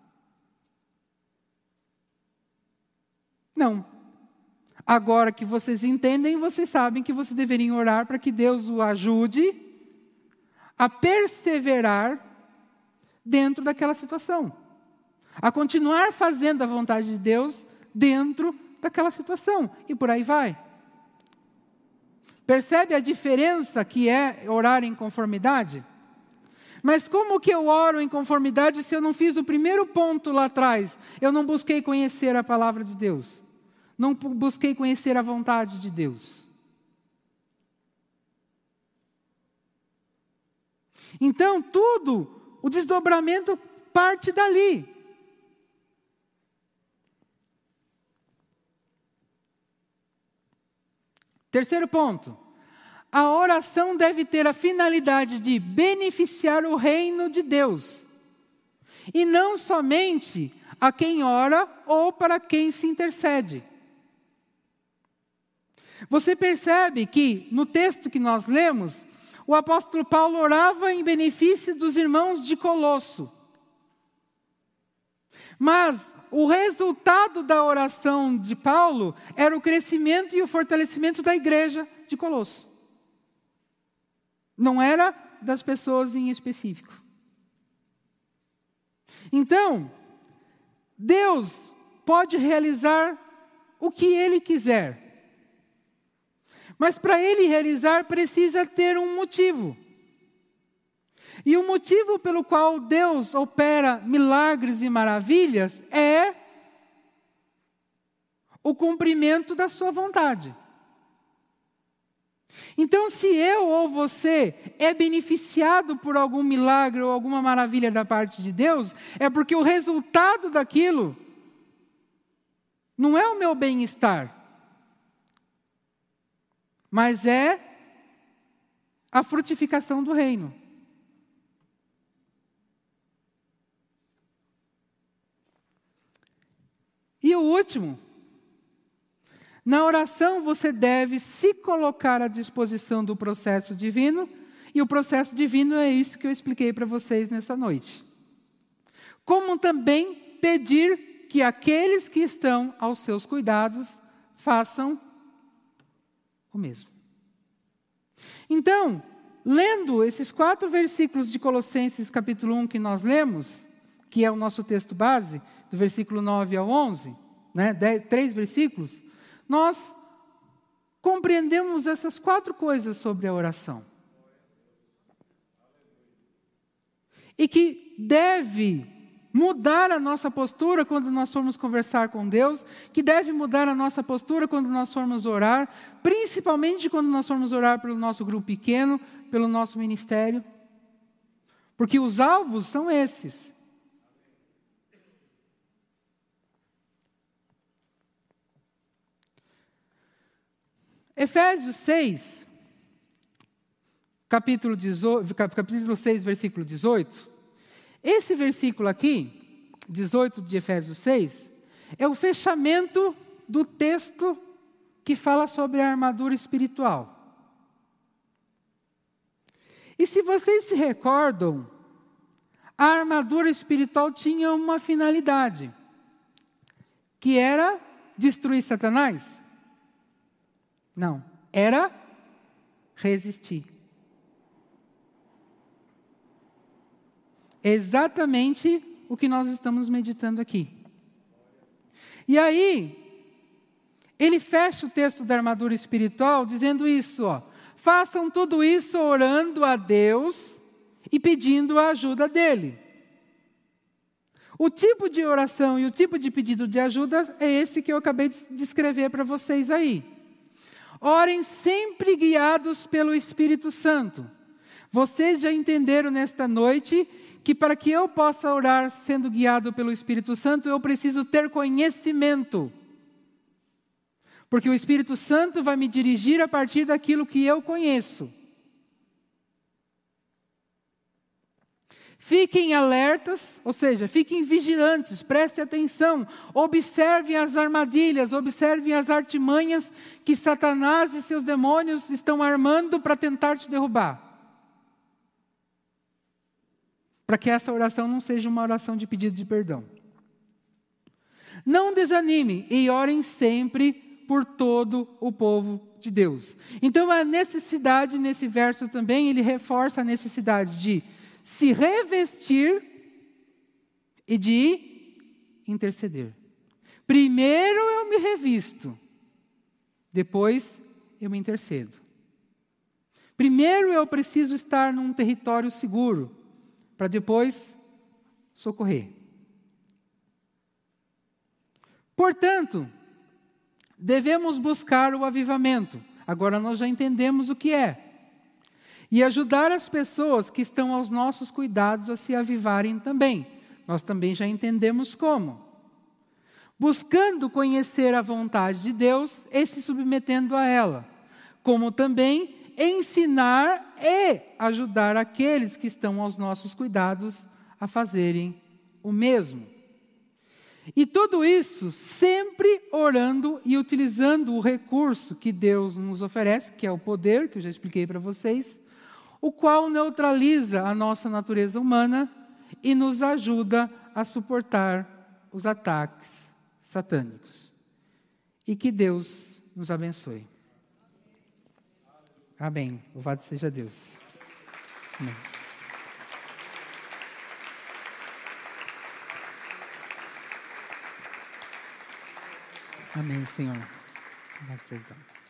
Não. Agora que vocês entendem, vocês sabem que vocês deveriam orar para que Deus o ajude a perseverar dentro daquela situação. A continuar fazendo a vontade de Deus dentro daquela situação. E por aí vai. Percebe a diferença que é orar em conformidade? Mas como que eu oro em conformidade se eu não fiz o primeiro ponto lá atrás? Eu não busquei conhecer a palavra de Deus. Não busquei conhecer a vontade de Deus. Então, o desdobramento parte dali. Terceiro ponto. A oração deve ter a finalidade de beneficiar o reino de Deus. E não somente a quem ora ou para quem se intercede. Você percebe que, no texto que nós lemos, o apóstolo Paulo orava em benefício dos irmãos de Colosso. Mas o resultado da oração de Paulo era o crescimento e o fortalecimento da igreja de Colosso. Não era das pessoas em específico. Então, Deus pode realizar o que Ele quiser. Mas para Ele realizar, precisa ter um motivo. E o motivo pelo qual Deus opera milagres e maravilhas é o cumprimento da sua vontade. Então, se eu ou você é beneficiado por algum milagre ou alguma maravilha da parte de Deus, é porque o resultado daquilo não é o meu bem-estar, mas é a frutificação do reino. E o último, na oração você deve se colocar à disposição do processo divino, e o processo divino é isso que eu expliquei para vocês nessa noite. Como também pedir que aqueles que estão aos seus cuidados façam o mesmo. Então, lendo esses 4 versículos de Colossenses capítulo 1 que nós lemos, que é o nosso texto base, do versículo 9 ao 11, 3 versículos, nós compreendemos essas 4 coisas sobre a oração. E que deve mudar a nossa postura quando nós formos conversar com Deus, que deve mudar a nossa postura quando nós formos orar, principalmente quando nós formos orar pelo nosso grupo pequeno, pelo nosso ministério. Porque os alvos são esses. Efésios 6, capítulo 6, versículo 18. Esse versículo aqui, 18 de Efésios 6, é o fechamento do texto que fala sobre a armadura espiritual. E se vocês se recordam, a armadura espiritual tinha uma finalidade, que era destruir Satanás? Não, era resistir. Exatamente o que nós estamos meditando aqui. E aí, ele fecha o texto da armadura espiritual dizendo isso, ó. Façam tudo isso orando a Deus e pedindo a ajuda dele. O tipo de oração e o tipo de pedido de ajuda é esse que eu acabei de descrever para vocês aí. Orem sempre guiados pelo Espírito Santo. Vocês já entenderam nesta noite que para que eu possa orar sendo guiado pelo Espírito Santo, eu preciso ter conhecimento. Porque o Espírito Santo vai me dirigir a partir daquilo que eu conheço. Fiquem alertas, ou seja, fiquem vigilantes, prestem atenção, observem as armadilhas, observem as artimanhas que Satanás e seus demônios estão armando para tentar te derrubar. Para que essa oração não seja uma oração de pedido de perdão. Não desanime e orem sempre por todo o povo de Deus. Então a necessidade nesse verso também, ele reforça a necessidade de se revestir e de interceder. Primeiro eu me revisto, depois eu me intercedo. Primeiro eu preciso estar num território seguro, para depois socorrer. Portanto, devemos buscar o avivamento. Agora nós já entendemos o que é. E ajudar as pessoas que estão aos nossos cuidados a se avivarem também. Nós também já entendemos como. Buscando conhecer a vontade de Deus e se submetendo a ela. Como também ensinar e ajudar aqueles que estão aos nossos cuidados a fazerem o mesmo. E tudo isso sempre orando e utilizando o recurso que Deus nos oferece, que é o poder, que eu já expliquei para vocês, o qual neutraliza a nossa natureza humana e nos ajuda a suportar os ataques satânicos. E que Deus nos abençoe. Amém. Louvado seja Deus. Amém. Amém, Senhor. Louvado seja Deus.